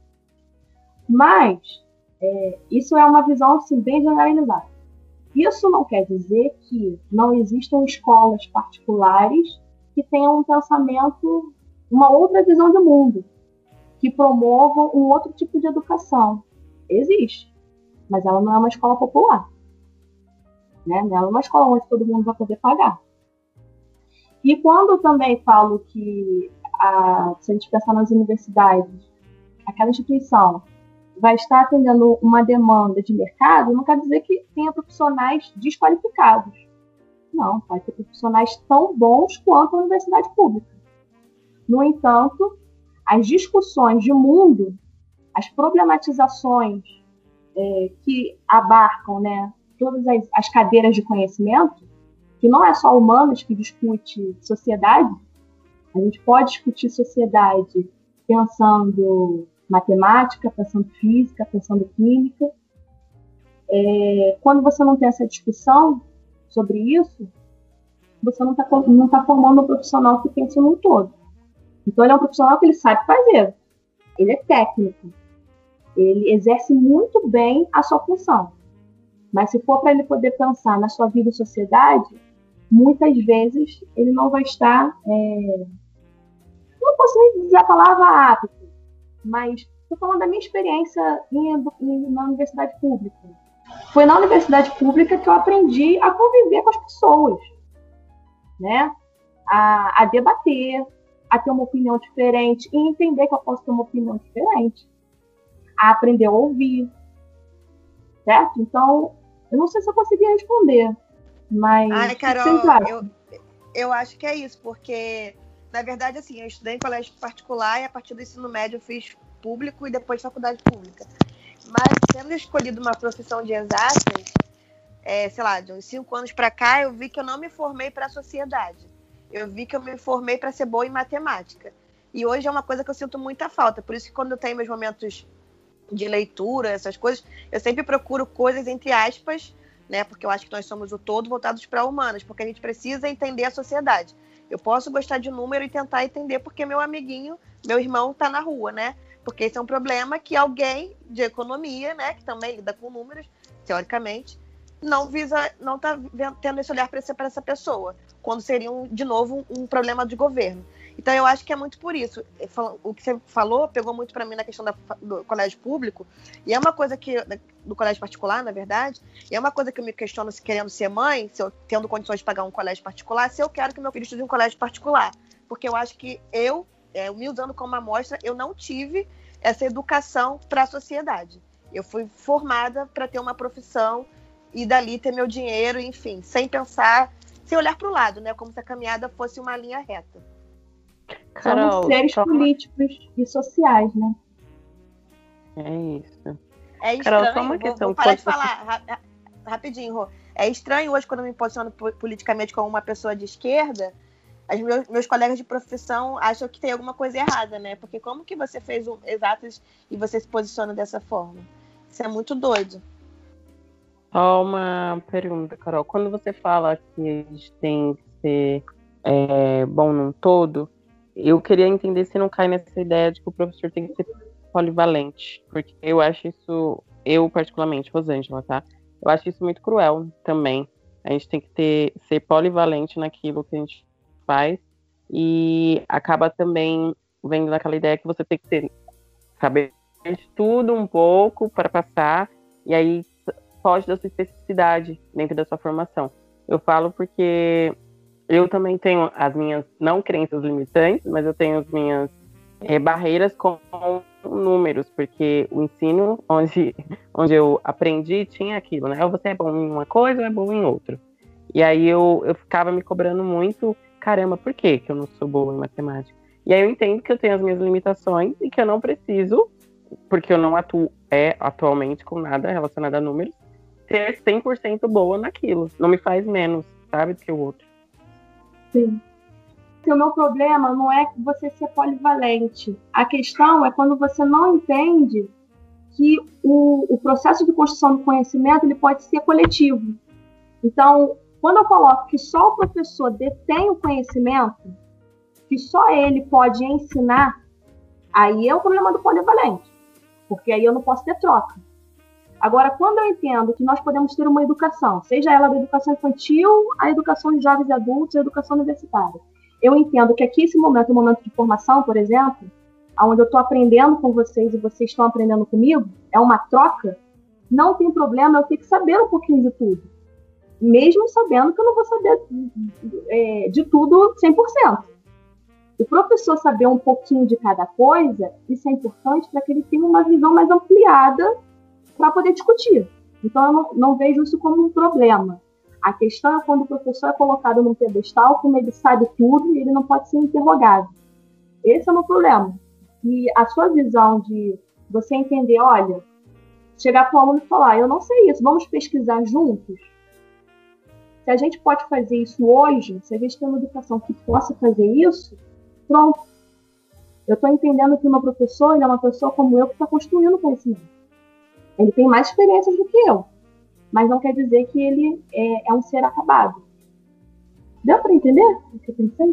Mas é, isso é uma visão assim, bem generalizada. Isso não quer dizer que não existam escolas particulares que tenham um pensamento, uma outra visão de mundo, que promovam um outro tipo de educação. Existe, mas ela não é uma escola popular. Né? Ela é uma escola onde todo mundo vai poder pagar. E quando eu também falo que, a, se a gente pensar nas universidades, aquela instituição vai estar atendendo uma demanda de mercado, não quer dizer que tenha profissionais desqualificados. Não, vai ter profissionais tão bons quanto a universidade pública. No entanto, as discussões de mundo, as problematizações é, que abarcam, né, todas as, as cadeiras de conhecimento, que não é só humanos que discute sociedade, a gente pode discutir sociedade pensando matemática, pensando física, pensando química. É, quando você não tem essa discussão sobre isso, você não está não tá formando um profissional que pensa no todo. Então ele é um profissional que ele sabe fazer, ele é técnico, ele exerce muito bem a sua função. Mas se for para ele poder pensar na sua vida e sociedade, muitas vezes ele não vai estar, é... não posso nem dizer a palavra apto, mas estou falando da minha experiência em, em, na universidade pública. Foi na universidade pública que eu aprendi a conviver com as pessoas, né? a, a debater, a ter uma opinião diferente e entender que eu posso ter uma opinião diferente, a aprender a ouvir, certo? Então, eu não sei se eu consegui responder, mas... Ai, Carol, eu, eu acho que é isso, porque, na verdade, assim, eu estudei em colégio particular e a partir do ensino médio eu fiz público e depois faculdade pública. Mas, tendo escolhido uma profissão de exatas, é, sei lá, de uns cinco anos para cá, eu vi que eu não me formei para a sociedade. Eu vi que eu me formei para ser boa em matemática. E hoje é uma coisa que eu sinto muita falta. Por isso que quando eu tenho meus momentos de leitura, essas coisas, eu sempre procuro coisas entre aspas, né? Porque eu acho que nós somos o todo voltados para humanas, porque a gente precisa entender a sociedade. Eu posso gostar de número e tentar entender porque meu amiguinho, meu irmão tá na rua, né? Porque esse é um problema que alguém de economia, né, que também lida com números, teoricamente, não visa, não está tendo esse olhar para essa, essa pessoa, quando seria, um, de novo, um, um problema de governo. Então, eu acho que é muito por isso. O que você falou pegou muito para mim na questão da, do colégio público, e é uma coisa que, do colégio particular, na verdade, e é uma coisa que eu me questiono se querendo ser mãe, se eu tendo condições de pagar um colégio particular, se eu quero que meu filho estude em um colégio particular. Porque eu acho que eu, é, me usando como amostra, eu não tive essa educação para a sociedade. Eu fui formada para ter uma profissão e dali ter meu dinheiro, enfim, sem pensar, sem olhar para o lado, né? Como se a caminhada fosse uma linha reta. Carol, somos seres só... políticos e sociais, né? É isso. É estranho, Carol, só uma questão. Vou, vou parar de falar ra- rapidinho, Rô. É estranho hoje, quando eu me posiciono politicamente como uma pessoa de esquerda, os meus, meus colegas de profissão acham que tem alguma coisa errada, né? Porque como que você fez um, exatas e você se posiciona dessa forma? Isso é muito doido. Só uma pergunta, Carol. Quando você fala que a gente tem que ser é, bom num todo, eu queria entender se não cai nessa ideia de que o professor tem que ser polivalente. Porque eu acho isso, eu particularmente, Rosângela, tá? Eu acho isso muito cruel também. A gente tem que ter, ser polivalente naquilo que a gente faz, e acaba também vendo naquela ideia que você tem que ter, saber de tudo um pouco para passar, e aí foge da sua especificidade dentro da sua formação. Eu falo porque eu também tenho as minhas, não crenças limitantes, mas eu tenho as minhas é, barreiras com números, porque o ensino onde, onde eu aprendi tinha aquilo, né? Ou você é bom em uma coisa ou é bom em outra. E aí eu, eu ficava me cobrando muito, caramba, por que que eu não sou boa em matemática? E aí eu entendo que eu tenho as minhas limitações e que eu não preciso, porque eu não atuo é, atualmente com nada relacionado a números, ser cem por cento boa naquilo. Não me faz menos, sabe, do que o outro. Sim. O meu problema não é você ser polivalente. A questão é quando você não entende que o, o processo de construção do conhecimento ele pode ser coletivo. Então, quando eu coloco que só o professor detém o conhecimento, que só ele pode ensinar, aí é o problema do polivalente, porque aí eu não posso ter troca. Agora, quando eu entendo que nós podemos ter uma educação, seja ela da educação infantil, a educação de jovens e adultos, a educação universitária, eu entendo que aqui esse momento é um momento de formação, por exemplo, onde eu estou aprendendo com vocês e vocês estão aprendendo comigo, é uma troca, não tem problema eu ter que saber um pouquinho de tudo. Mesmo sabendo que eu não vou saber é, de tudo cem por cento. O professor saber um pouquinho de cada coisa, isso é importante para que ele tenha uma visão mais ampliada para poder discutir. Então, eu não, não vejo isso como um problema. A questão é quando o professor é colocado num pedestal, como ele sabe tudo e ele não pode ser interrogado. Esse é o meu problema. E a sua visão de você entender, olha, chegar para o aluno e falar, eu não sei isso, vamos pesquisar juntos? Se a gente pode fazer isso hoje, se a gente tem uma educação que possa fazer isso, pronto. Eu estou entendendo que o meu professor ele é uma pessoa como eu que está construindo conhecimento. Ele tem mais experiências do que eu, mas não quer dizer que ele é, é um ser acabado. Deu para entender o que eu pensei?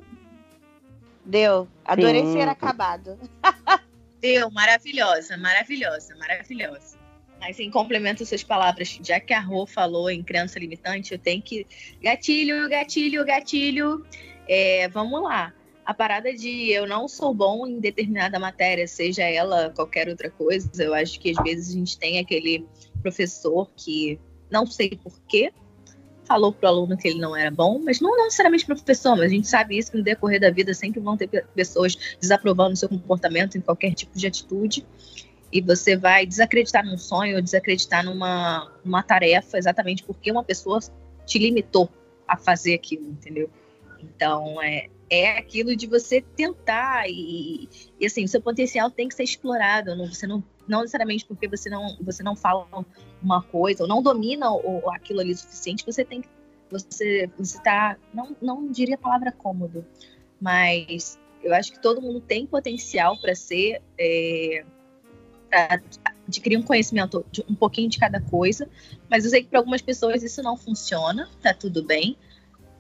Deu. Adorei Sim. ser acabado. Deu. Maravilhosa, maravilhosa, maravilhosa. Mas em complemento às suas palavras, já que a Rô falou em crença limitante, eu tenho que... Gatilho, gatilho, gatilho. É, vamos lá. A parada de eu não sou bom em determinada matéria, seja ela qualquer outra coisa, eu acho que às vezes a gente tem aquele professor que, não sei porquê, falou pro aluno que ele não era bom, mas não, não necessariamente professor, mas a gente sabe isso que no decorrer da vida sempre vão ter pessoas desaprovando o seu comportamento em qualquer tipo de atitude. E você vai desacreditar num sonho ou desacreditar numa, numa tarefa exatamente porque uma pessoa te limitou a fazer aquilo, entendeu? Então, é, é aquilo de você tentar e, e assim, o seu potencial tem que ser explorado. Não, você não, não necessariamente porque você não, você não fala uma coisa ou não domina o, aquilo ali o suficiente, você tem que, você, você tá, não, não diria a palavra cômodo, mas eu acho que todo mundo tem potencial para ser... É, para adquirir um conhecimento de um pouquinho de cada coisa, mas eu sei que para algumas pessoas isso não funciona, tá tudo bem,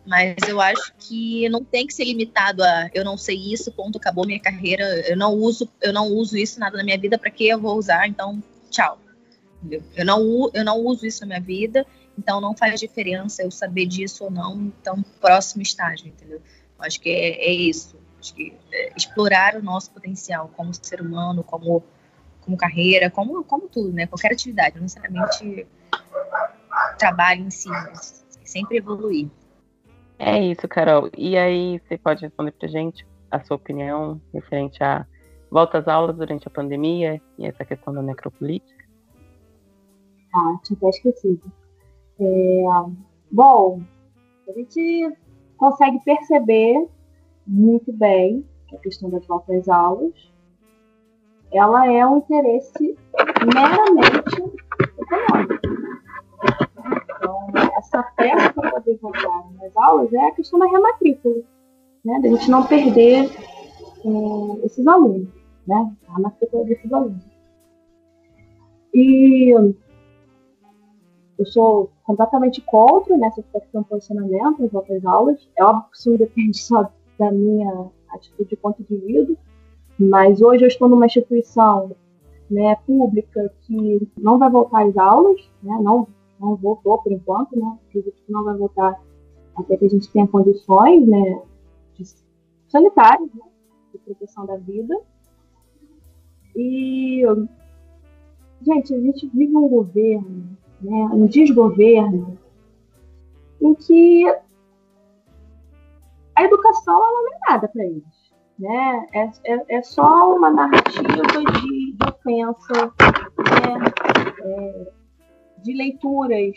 Mas eu acho que não tem que ser limitado a eu não sei isso, ponto, acabou minha carreira, eu não uso, eu não uso isso nada na minha vida, para que eu vou usar, então tchau. Entendeu? Eu não, eu não uso isso na minha vida, então não faz diferença eu saber disso ou não, então próximo estágio, entendeu? Eu acho que é, é isso, acho que é explorar o nosso potencial como ser humano, como, como carreira, como, como tudo, né? Qualquer atividade, não necessariamente trabalho em si, mas sempre evoluir. É isso, Carol. E aí, você pode responder pra gente a sua opinião referente à volta às aulas durante a pandemia e essa questão da necropolítica? Ah, tinha até esquecido. É, bom, a gente consegue perceber muito bem que a questão das voltas às aulas, ela é um interesse meramente econômico. Então, essa pressa para poder voltar nas aulas é a questão da rematrícula, né? Da gente não perder é, esses alunos, né? A matrícula desses alunos. E eu sou completamente contra, né? Se eu tiver que ter um posicionamento nas voltas às aulas. É óbvio que isso não depende só da minha atitude de ponto de vista, mas hoje eu estou numa instituição, né, pública que não vai voltar às aulas, né? Não não voltou por enquanto, né? Acredito que não vai voltar até que a gente tenha condições, né, sanitárias, né, de proteção da vida. E, gente, a gente vive um governo, né, um desgoverno, em que a educação ela não é nada para eles, né? É, é, é só uma narrativa de, de ofensa, né? É, de leituras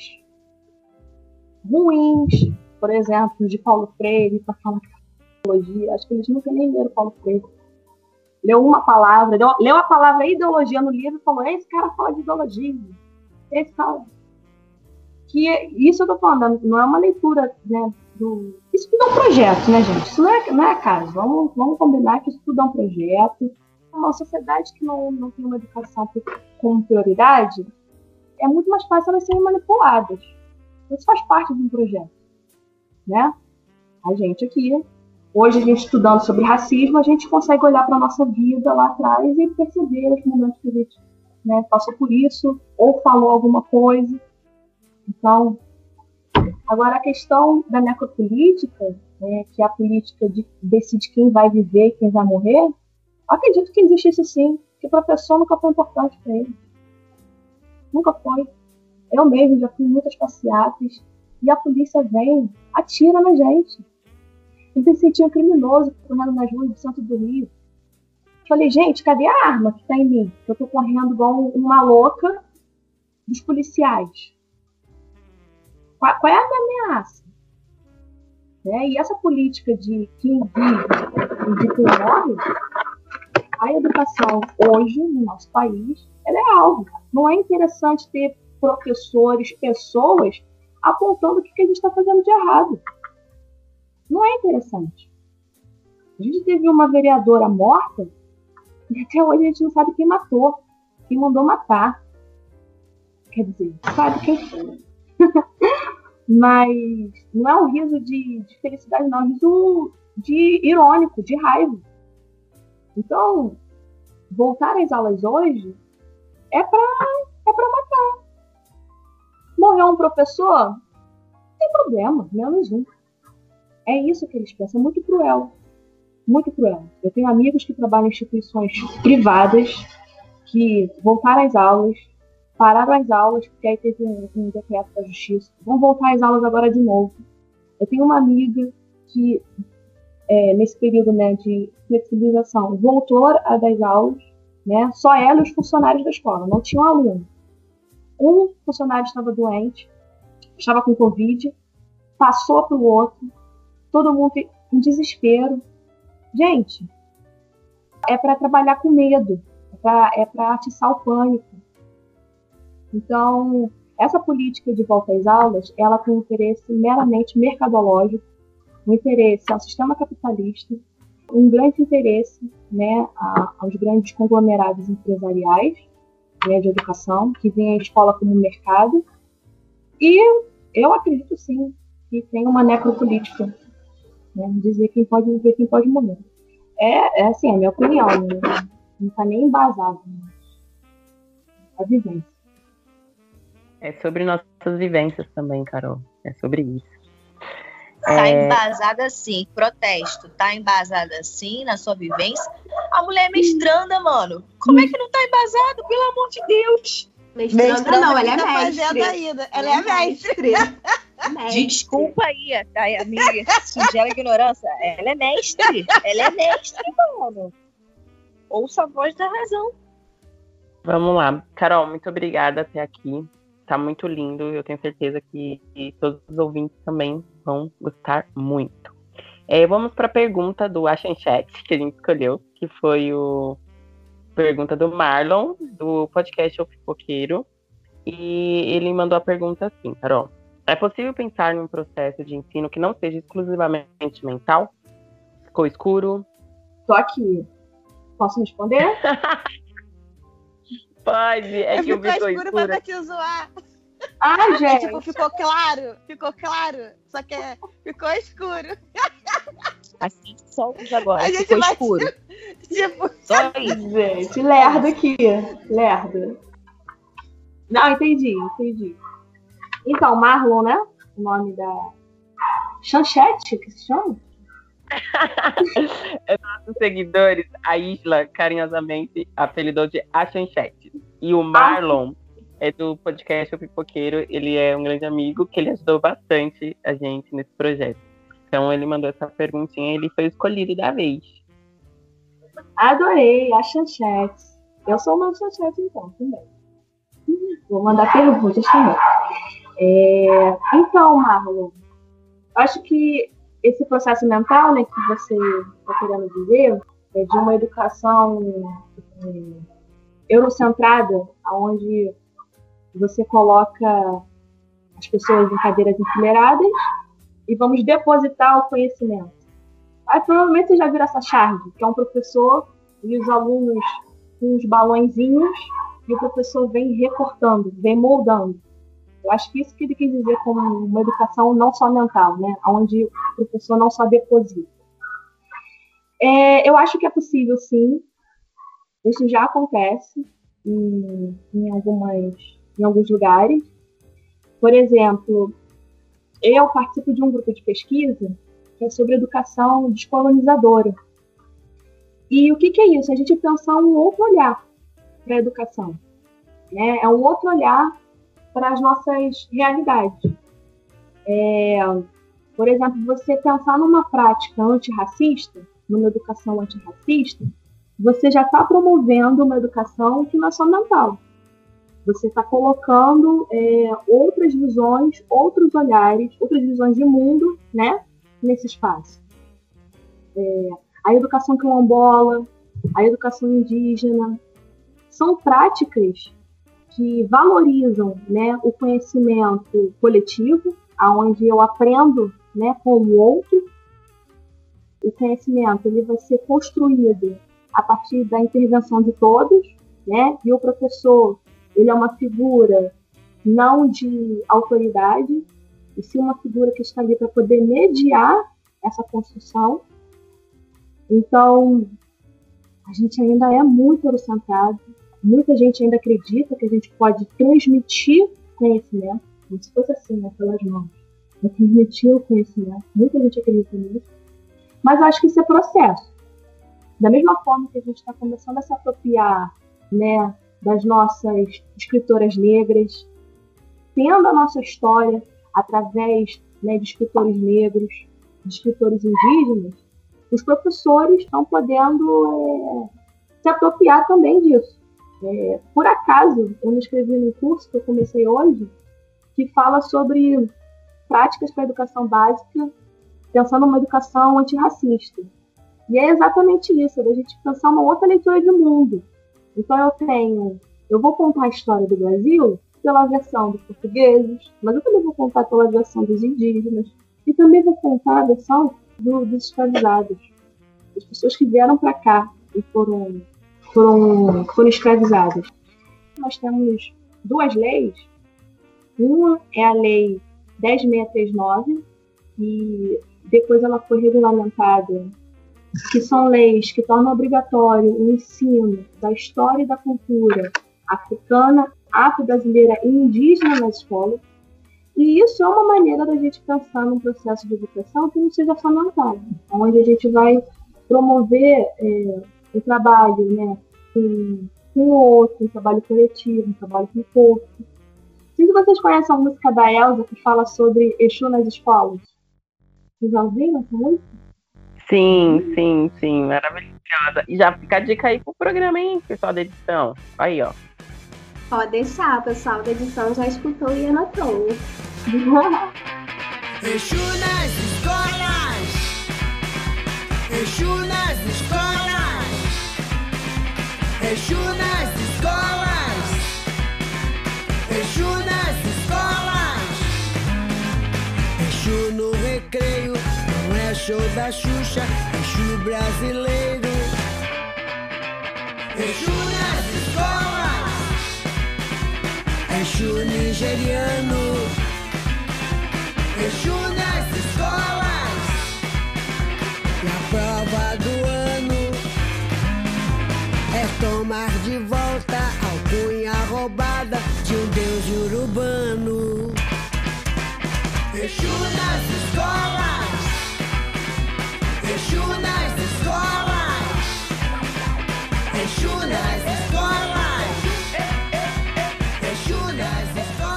ruins, por exemplo, de Paulo Freire, para falar de ideologia. Acho que eles nunca nem leram Paulo Freire. Leu uma palavra, leu, leu a palavra ideologia no livro e falou: esse cara fala de ideologia. Esse cara. Que isso eu tô falando, não é uma leitura, né, do... Isso tudo é um projeto, né, gente? Isso não é, não é acaso. Vamos, vamos combinar que isso tudo é um projeto. Uma sociedade que não, não tem uma educação como prioridade, é muito mais fácil elas serem manipuladas. Isso faz parte de um projeto, né? A gente aqui, hoje a gente estudando sobre racismo, a gente consegue olhar para a nossa vida lá atrás e perceber os momentos que a gente, né, passou por isso, ou falou alguma coisa. Então, agora a questão da necropolítica, né, que é a política de decide quem vai viver e quem vai morrer, eu acredito que existe isso sim, que o professor nunca foi importante para ele. Nunca foi. Eu mesmo já fui em muitas passeatas e a polícia vem, atira na gente. Eu me sentia um criminoso correndo nas ruas do centro do Rio. Falei, gente, cadê a arma que está em mim? Eu estou correndo igual uma louca dos policiais. Qual, qual é a minha ameaça? É, e essa política de quem vive e de quem morre, a educação hoje no nosso país, ela é algo. Não é interessante ter professores, pessoas apontando o que a gente está fazendo de errado. Não é interessante. A gente teve uma vereadora morta e até hoje a gente não sabe quem matou, quem mandou matar. Quer dizer, sabe quem foi. Mas não é um riso de, de felicidade, não. É um riso de irônico, de raiva. Então, voltar às aulas hoje é para é para matar. Morreu um professor? Não tem problema, menos um. É isso que eles pensam. É muito cruel. Muito cruel. Eu tenho amigos que trabalham em instituições privadas que voltaram às aulas, pararam as aulas, porque aí teve um, um decreto da justiça. Vão voltar às aulas agora de novo. Eu tenho uma amiga que, é, nesse período, né, de flexibilização, voltou a dar aulas, né, só ela e os funcionários da escola, não tinha um aluno. Um funcionário estava doente, estava com Covid, passou para o outro, todo mundo em desespero. Gente, é para trabalhar com medo, é para atiçar o pânico. Então, essa política de volta às aulas, ela tem um interesse meramente mercadológico, um interesse ao sistema capitalista, um grande interesse, né, a, aos grandes conglomerados empresariais, né, de educação, que veem a escola como mercado. E eu acredito sim que tem uma necropolítica, né? Dizer quem pode viver, quem pode morrer. É, é assim, é a minha opinião, né? Não está nem embasado, né? A vivência. É sobre nossas vivências também, Carol. É sobre isso. Tá É... embasada sim, protesto. Tá embasada sim na sua vivência. A mulher é mestranda, mano. Como é que não tá embasado? Pelo amor de Deus. Mestranda, Mestranda não, ela é tá mestre. fazendo ainda. Ela é mestre. mestre. Desculpa aí, a, a minha singela ignorância. Ela é mestre. Ela é mestre, mano. Ouça a voz da razão. Vamos lá. Carol, muito obrigada até aqui. Tá muito lindo. Eu tenho certeza que, que todos os ouvintes também vão gostar muito. É, vamos para a pergunta do Acha em Chat, que a gente escolheu, que foi o pergunta do Marlon, do podcast O Pipoqueiro. E ele mandou a pergunta assim, Carol. É possível pensar em um processo de ensino que não seja exclusivamente mental? Ficou escuro? Tô aqui. Posso responder? Pode, é que o ficou ficou escuro, mas escuro. vai te zoar. Ah, gente. Tipo, ficou claro, ficou claro, só que é, ficou escuro. Assim, só usa agora. A gente Ficou vai- escuro. Tipo, Só isso. Gente, lerdo aqui. Lerdo. Não, entendi, entendi. Então, Marlon, né? O nome da Chanchete, que se chama? Nossos seguidores, a Isla carinhosamente apelidou de Achanchete. E o Marlon é do podcast O Pipoqueiro. Ele é um grande amigo que ele ajudou bastante a gente nesse projeto. Então ele mandou essa perguntinha e ele foi escolhido da vez. Adorei, a Chanchete. Eu sou uma Chanchete, então, também. Vou mandar perguntas também. É, Então, Marlon, acho que esse processo mental, né, que você está querendo dizer, é de uma educação é, eurocentrada, onde você coloca as pessoas em cadeiras enfileiradas e vamos depositar o conhecimento. Aí provavelmente você já viu essa charge, que é um professor e os alunos com uns balõezinhos e o professor vem recortando, vem moldando. Eu acho que isso que ele quis dizer como uma educação não só mental, né? Onde o professor não só deposita. É, eu acho que é possível, sim. Isso já acontece em, em, algumas, em alguns lugares. Por exemplo, eu participo de um grupo de pesquisa que é sobre educação descolonizadora. E o que, que é isso? A gente pensar um outro olhar para a educação. Né? É um outro olhar para as nossas realidades. É, por exemplo, você pensar numa prática antirracista, numa educação antirracista, você já está promovendo uma educação que não é só mental. Você está colocando é, outras visões, outros olhares, outras visões de mundo, né, nesse espaço. É, a educação quilombola, a educação indígena, são práticas que valorizam, né, o conhecimento coletivo, onde eu aprendo, né, com o outro. O conhecimento ele vai ser construído a partir da intervenção de todos, né, e o professor ele é uma figura não de autoridade, e sim uma figura que está ali para poder mediar essa construção. Então, a gente ainda é muito eurocentrado. Muita gente ainda acredita que a gente pode transmitir conhecimento, como se fosse assim, né, pelas mãos. Transmitir o conhecimento. Muita gente acredita nisso. Mas eu acho que isso é processo. Da mesma forma que a gente está começando a se apropriar, né, das nossas escritoras negras, tendo a nossa história através, né, de escritores negros, de escritores indígenas, os professores estão podendo é, se apropriar também disso. É, por acaso, eu me inscrevi num curso que eu comecei hoje, que fala sobre práticas para a educação básica, pensando numa educação antirracista. E é exatamente isso, da gente pensar uma outra leitura de mundo. Então eu tenho, eu vou contar a história do Brasil pela versão dos portugueses, mas eu também vou contar pela versão dos indígenas, e também vou contar a versão do, dos escravizados, das pessoas que vieram para cá e foram Foram, foram escravizadas. Nós temos duas leis. Uma é a Lei dez mil seiscentos e trinta e nove, e depois ela foi regulamentada, que são leis que tornam obrigatório o ensino da história e da cultura africana, afro-brasileira e indígena na escola. E isso é uma maneira da gente pensar num processo de educação que não seja fomental, onde a gente vai promover é, o trabalho, né, com, com o outro, um trabalho coletivo, um trabalho com o corpo. Não sei se vocês conhecem a música da Elza que fala sobre Exu nas escolas. Vocês já ouviram essa música? Sim, sim, sim, maravilhosa. E já fica a dica aí pro programa, hein, pessoal da edição. Aí, ó. Pode deixar, pessoal da edição já escutou e anotou. Exu nas escolas, Exu nas escolas, Exu nas escolas, Exu nas escolas, Exu no recreio, não é show da Xuxa, Exu brasileiro, Exu nas escolas, Exu nigeriano, Exu nas escolas, na prova do ano, é tomar de volta a alcunha roubada de um deus iorubano. Exu nas escolas, Exu nas escolas, Exu nas escolas, Exu nas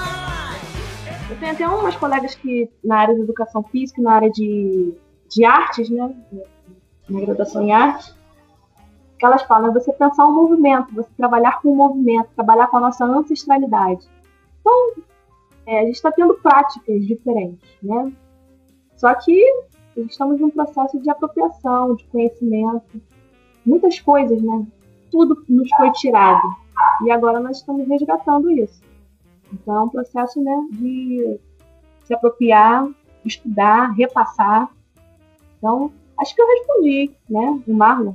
escolas. Eu tenho até umas colegas que, na área de educação física, na área de, de artes, né, na graduação em artes, que elas falam, é você pensar um movimento, você trabalhar com o movimento, trabalhar com a nossa ancestralidade. Então, é, a gente está tendo práticas diferentes, né? Só que estamos num processo de apropriação, de conhecimento, muitas coisas, né? Tudo nos foi tirado. E agora nós estamos resgatando isso. Então é um processo, né, de se apropriar, estudar, repassar. Então, acho que eu respondi, né, o Marlon.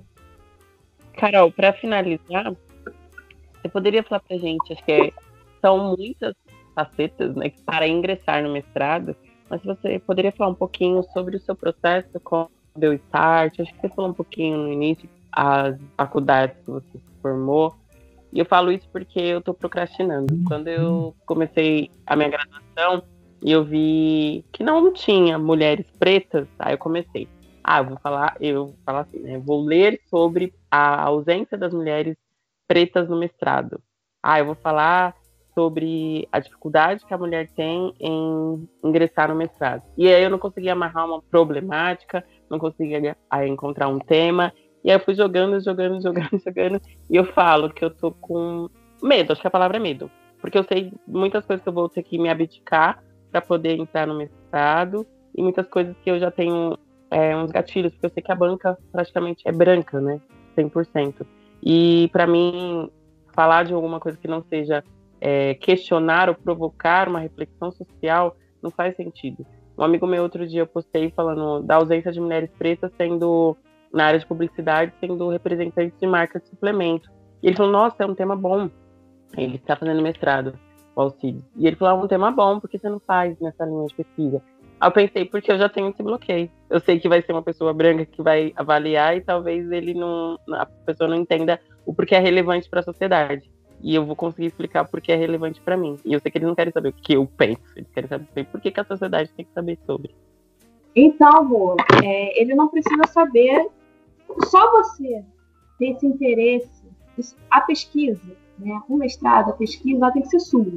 Carol, para finalizar, você poderia falar pra gente, acho que é, são muitas facetas, né, para ingressar no mestrado, mas você poderia falar um pouquinho sobre o seu processo, como deu start, acho que você falou um pouquinho no início, as faculdades que você se formou, e eu falo isso porque eu estou procrastinando. Quando eu comecei a minha graduação, e eu vi que não tinha mulheres pretas, aí eu comecei. Ah, eu vou falar, eu vou falar assim, né? Vou ler sobre a ausência das mulheres pretas no mestrado. Ah, eu vou falar sobre a dificuldade que a mulher tem em ingressar no mestrado. E aí eu não conseguia amarrar uma problemática, não conseguia aí, encontrar um tema. E aí eu fui jogando, jogando, jogando, jogando. E eu falo que eu tô com medo, acho que a palavra é medo. Porque eu sei muitas coisas que eu vou ter que me abdicar para poder entrar no mestrado. E muitas coisas que eu já tenho é, uns gatilhos, porque eu sei que a banca praticamente é branca, né? cem por cento. E para mim, falar de alguma coisa que não seja é, questionar ou provocar uma reflexão social não faz sentido. Um amigo meu outro dia eu postei falando da ausência de mulheres pretas sendo, na área de publicidade, sendo representantes de marca de suplemento. E ele falou, nossa, é um tema bom. Ele está fazendo mestrado, o Alcides. E ele falou, é um tema bom, porque você não faz nessa linha de pesquisa? Aí eu pensei, porque eu já tenho esse bloqueio. Eu sei que vai ser uma pessoa branca que vai avaliar e talvez ele não, a pessoa não entenda o porquê é relevante para a sociedade. E eu vou conseguir explicar o porquê é relevante para mim. E eu sei que eles não querem saber o que eu penso, eles querem saber por que, que a sociedade tem que saber sobre. Então, Rô, é, ele não precisa saber, só você ter esse interesse, a pesquisa, né? O mestrado, a pesquisa, ela tem que ser sua.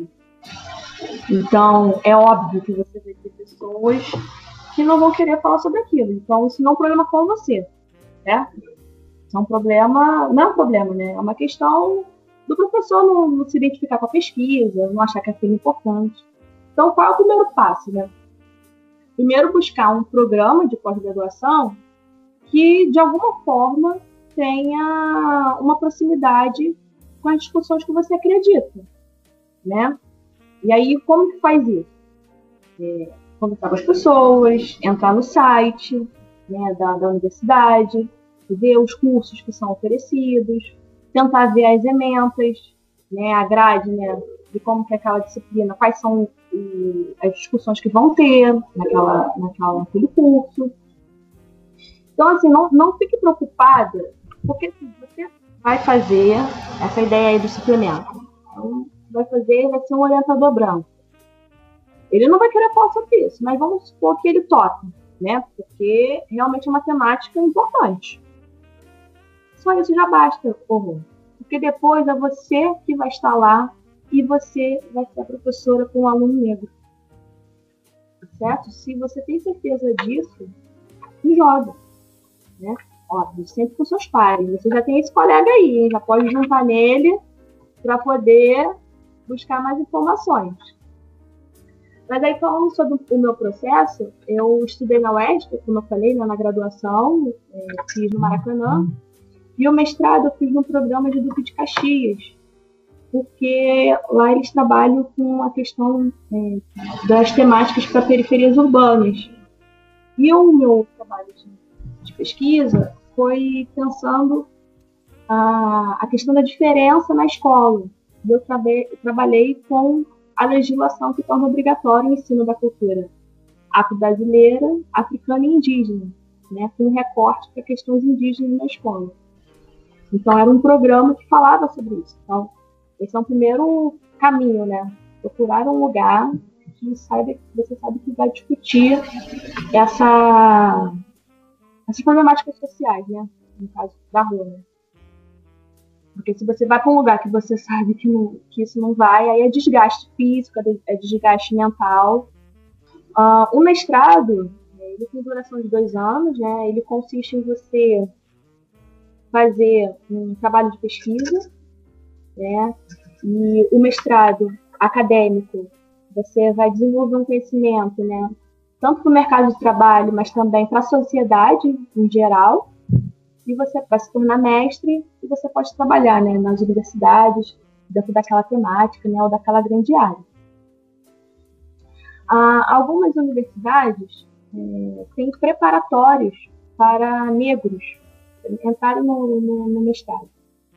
Então, é óbvio que você vai ter pessoas que não vão querer falar sobre aquilo. Então, isso não é um problema com você, certo? Isso é um problema, não é um problema, né? É uma questão do professor não, não se identificar com a pesquisa, não achar que aquilo é importante. Então, qual é o primeiro passo, né? Primeiro, buscar um programa de pós-graduação que, de alguma forma, tenha uma proximidade com as discussões que você acredita, né? E aí, como que faz isso? É, conversar com as pessoas, entrar no site, né, da, da universidade, ver os cursos que são oferecidos, tentar ver as ementas, né, a grade, né, de como que é aquela disciplina, quais são o, as discussões que vão ter naquela, naquela, naquele curso. Então, assim, não, não fique preocupada, porque assim, você vai fazer essa ideia aí do suplemento. Então, vai fazer, vai ser um orientador branco. Ele não vai querer falar sobre isso, mas vamos supor que ele toca, né? Porque realmente é uma temática importante. Só isso já basta, horror. Porque depois é você que vai estar lá e você vai ser a professora com um aluno negro. Certo? Se você tem certeza disso, joga. Né? Óbvio, sempre com seus pares. Você já tem esse colega aí, hein? Já pode juntar nele para poder buscar mais informações. Mas aí, falando sobre o meu processo, eu estudei na U E S P, como eu falei, né, na graduação, é, fiz no Maracanã, e o mestrado eu fiz no programa de Duque de Caxias, porque lá eles trabalham com a questão é, das temáticas para periferias urbanas. E o meu trabalho de, de pesquisa foi pensando a, a questão da diferença na escola. E eu trabe, trabalhei com a legislação que torna obrigatório o ensino da cultura afro-brasileira, africana e indígena, né, com um recorte para questões indígenas na escola. Então, era um programa que falava sobre isso. Então, esse é o primeiro caminho, né? Procurar um lugar que saiba, você sabe que vai discutir essa, essas problemáticas sociais, né? No caso da rua, né? Porque se você vai para um lugar que você sabe que, não, que isso não vai, aí é desgaste físico, é desgaste mental. Uh, o mestrado, ele tem duração de dois anos, né? Ele consiste em você fazer um trabalho de pesquisa, né? E o mestrado acadêmico, você vai desenvolver um conhecimento, né? Tanto para o mercado de trabalho, mas também para a sociedade em geral. E você vai se tornar mestre e você pode trabalhar, né, nas universidades, dentro daquela temática, né, ou daquela grande área. Ah, algumas universidades é, têm preparatórios para negros entrarem no, no, no mestrado.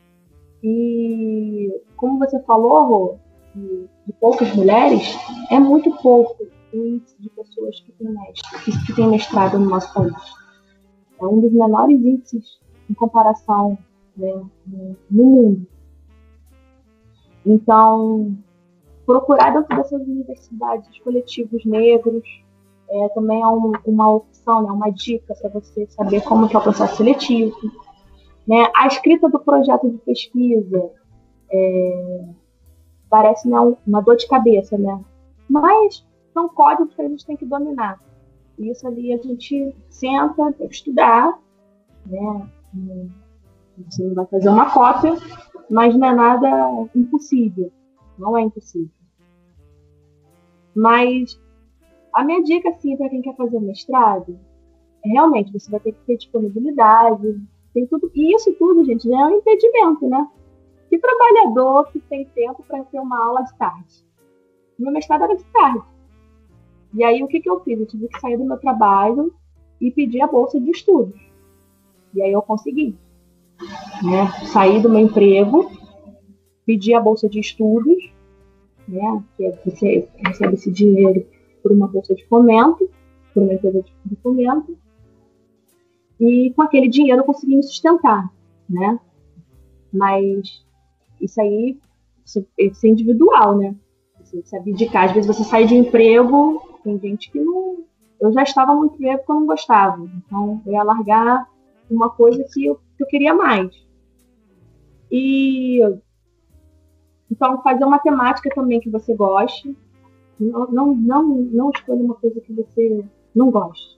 E, como você falou, Rô, de, de poucas mulheres, é muito pouco o índice de pessoas que têm, mestre, que, que têm mestrado no nosso país. É um dos menores índices em comparação, né, no mundo. Então, procurar dentro dessas universidades os coletivos negros é, também é um, uma opção, né, uma dica para você saber como que é o processo seletivo. Né? A escrita do projeto de pesquisa é, parece, né, uma dor de cabeça, né? Mas são códigos que a gente tem que dominar. E isso ali a gente senta, tem que estudar, né? Você não vai fazer uma cópia, mas não é nada impossível. Não é impossível. Mas a minha dica, assim, para quem quer fazer mestrado, é realmente você vai ter que ter disponibilidade, tem tudo. E isso tudo, gente, já é um impedimento, né? Que trabalhador que tem tempo para ter uma aula de tarde? Meu mestrado era de tarde. E aí, o que, que eu fiz? Eu tive que sair do meu trabalho e pedir a bolsa de estudos. E aí eu consegui, né? Sair do meu emprego, pedir a bolsa de estudos, né? Que é, você recebe esse dinheiro por uma bolsa de fomento, por uma empresa de fomento, e com aquele dinheiro eu consegui me sustentar, né? Mas isso aí, isso, isso é individual, né? Você se abdicar, às vezes você sai de um emprego, tem gente que não... Eu já estava no emprego que eu não gostava, então eu ia largar uma coisa que eu, que eu queria mais. E então fazer uma temática também que você goste. Não, não, não, não escolha uma coisa que você não goste.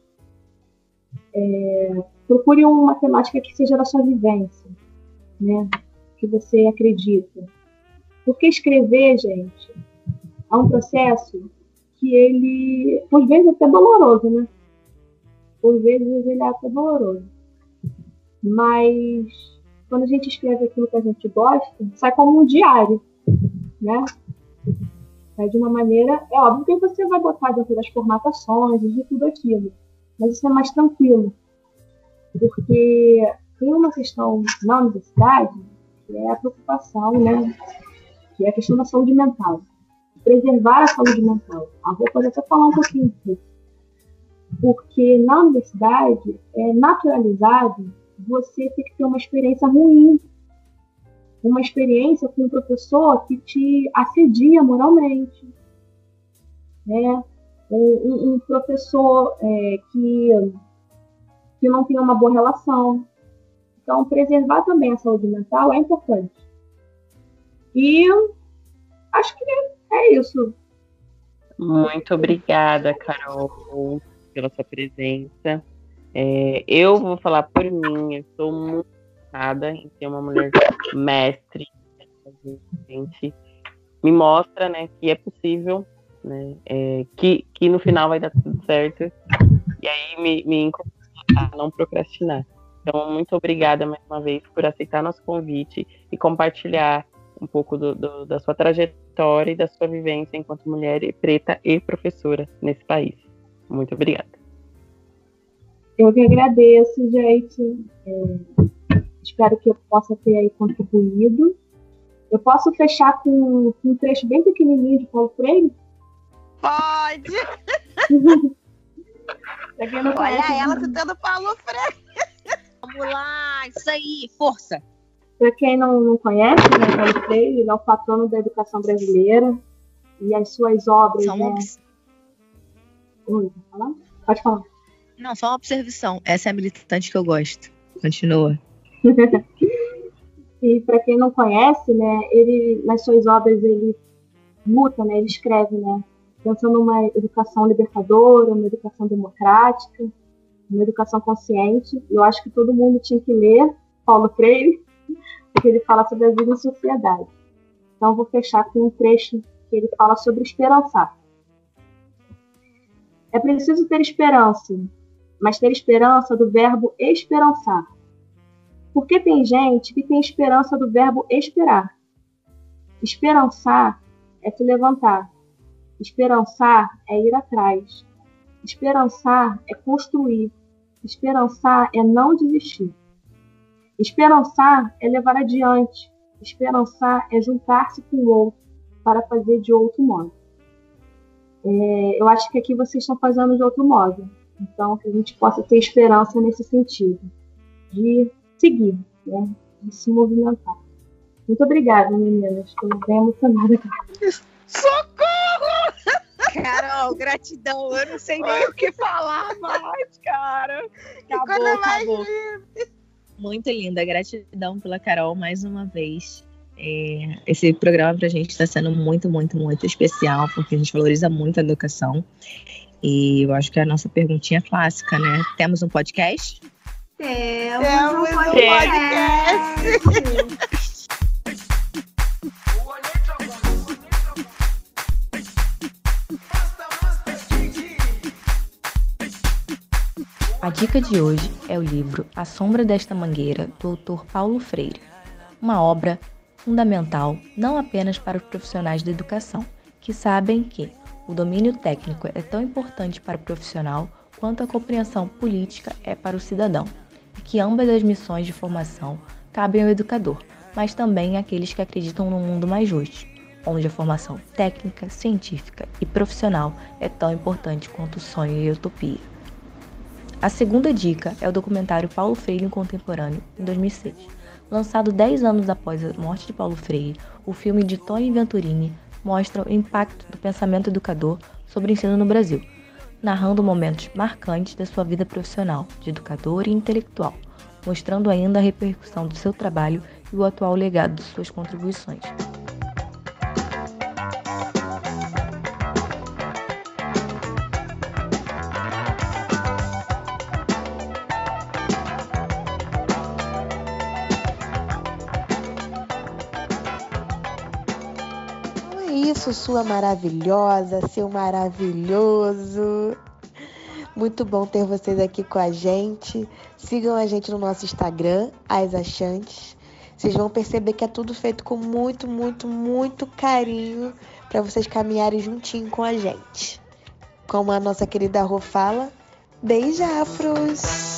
É, procure uma temática que seja da sua vivência, né? Que você acredita. Porque escrever, gente, é um processo que ele, por vezes, é até doloroso, né? Por vezes ele é até doloroso. Mas quando a gente escreve aquilo que a gente gosta, sai como um diário, né? Sai de uma maneira... É óbvio que você vai botar dentro das formatações e de tudo aquilo. Mas isso é mais tranquilo. Porque tem uma questão na universidade que é a preocupação, né? Que é a questão da saúde mental. preservar a saúde mental. A Rô pode até falar um pouquinho disso. Porque na universidade é naturalizado você ter que ter uma experiência ruim, uma experiência com um professor que te assedia moralmente, né? um, um professor é, que, que não tem uma boa relação. Então, preservar também a saúde mental é importante. E acho que é isso. Muito obrigada, Carol, pela sua presença. É, eu vou falar por mim, eu sou muito honrada em ser uma mulher mestre. Gente, me mostra, né, que é possível, né, é, que, que no final vai dar tudo certo. E aí me, me encoraja a não procrastinar. Então, muito obrigada mais uma vez por aceitar nosso convite e compartilhar um pouco do, do, da sua trajetória e da sua vivência enquanto mulher preta e professora nesse país. Muito obrigada. Eu que agradeço, gente. É, espero que eu possa ter aí contribuído. Eu posso fechar com, com um trecho bem pequenininho de Paulo Freire? Pode! Pra quem não Olha conhece, ela citando Paulo Freire. Vamos lá, isso aí, força! Para quem não, não conhece, né, Paulo Freire, ele é o patrono da educação brasileira e as suas obras, Só uma né? obs- Oi, pode falar? Pode falar. Não, só uma observação. Essa é a militante que eu gosto. Continua. E para quem não conhece, né, ele nas suas obras ele luta, né, ele escreve, né, pensando numa educação libertadora, uma educação democrática, uma educação consciente. E eu acho que todo mundo tinha que ler Paulo Freire, porque ele fala sobre a vida em sociedade. Então eu vou fechar com um trecho que ele fala sobre esperançar. É preciso ter esperança, mas ter esperança do verbo esperançar. Porque tem gente que tem esperança do verbo esperar. Esperançar é se levantar. Esperançar é ir atrás. Esperançar é construir. Esperançar é não desistir. Esperançar é levar adiante. Esperançar é juntar-se com o outro para fazer de outro modo. É, eu acho que aqui vocês estão fazendo de outro modo. Então, que a gente possa ter esperança nesse sentido. De seguir, né? De se movimentar. Muito obrigada, meninas. Estou bem emocionada agora. Socorro! Carol, gratidão. Eu não sei nem o que falar mais, cara. Acabou, coisa mais acabou. Muito linda. Gratidão pela Carol mais uma vez. É, esse programa pra gente está sendo muito, muito, muito especial, porque a gente valoriza muito a educação. E eu acho que é a nossa perguntinha clássica, né? Temos um podcast? Temos Temos um um podcast. A dica de hoje é o livro A Sombra desta Mangueira, do autor Paulo Freire. Uma obra fundamental não apenas para os profissionais da educação, que sabem que o domínio técnico é tão importante para o profissional quanto a compreensão política é para o cidadão, e que ambas as missões de formação cabem ao educador, mas também àqueles que acreditam num mundo mais justo, onde a formação técnica, científica e profissional é tão importante quanto o sonho e a utopia. A segunda dica é o documentário Paulo Freire em Contemporâneo, em dois mil e seis. Lançado dez anos após a morte de Paulo Freire, o filme de Tony Venturini mostra o impacto do pensamento educador sobre o ensino no Brasil, narrando momentos marcantes da sua vida profissional, de educador e intelectual, mostrando ainda a repercussão do seu trabalho e o atual legado de suas contribuições. Isso, sua maravilhosa, seu maravilhoso. Muito bom ter vocês aqui com a gente. Sigam a gente no nosso Instagram, As Achantes. Vocês vão perceber que é tudo feito com muito, muito, muito carinho para vocês caminharem juntinho com a gente. Como a nossa querida Rô fala, beijafros!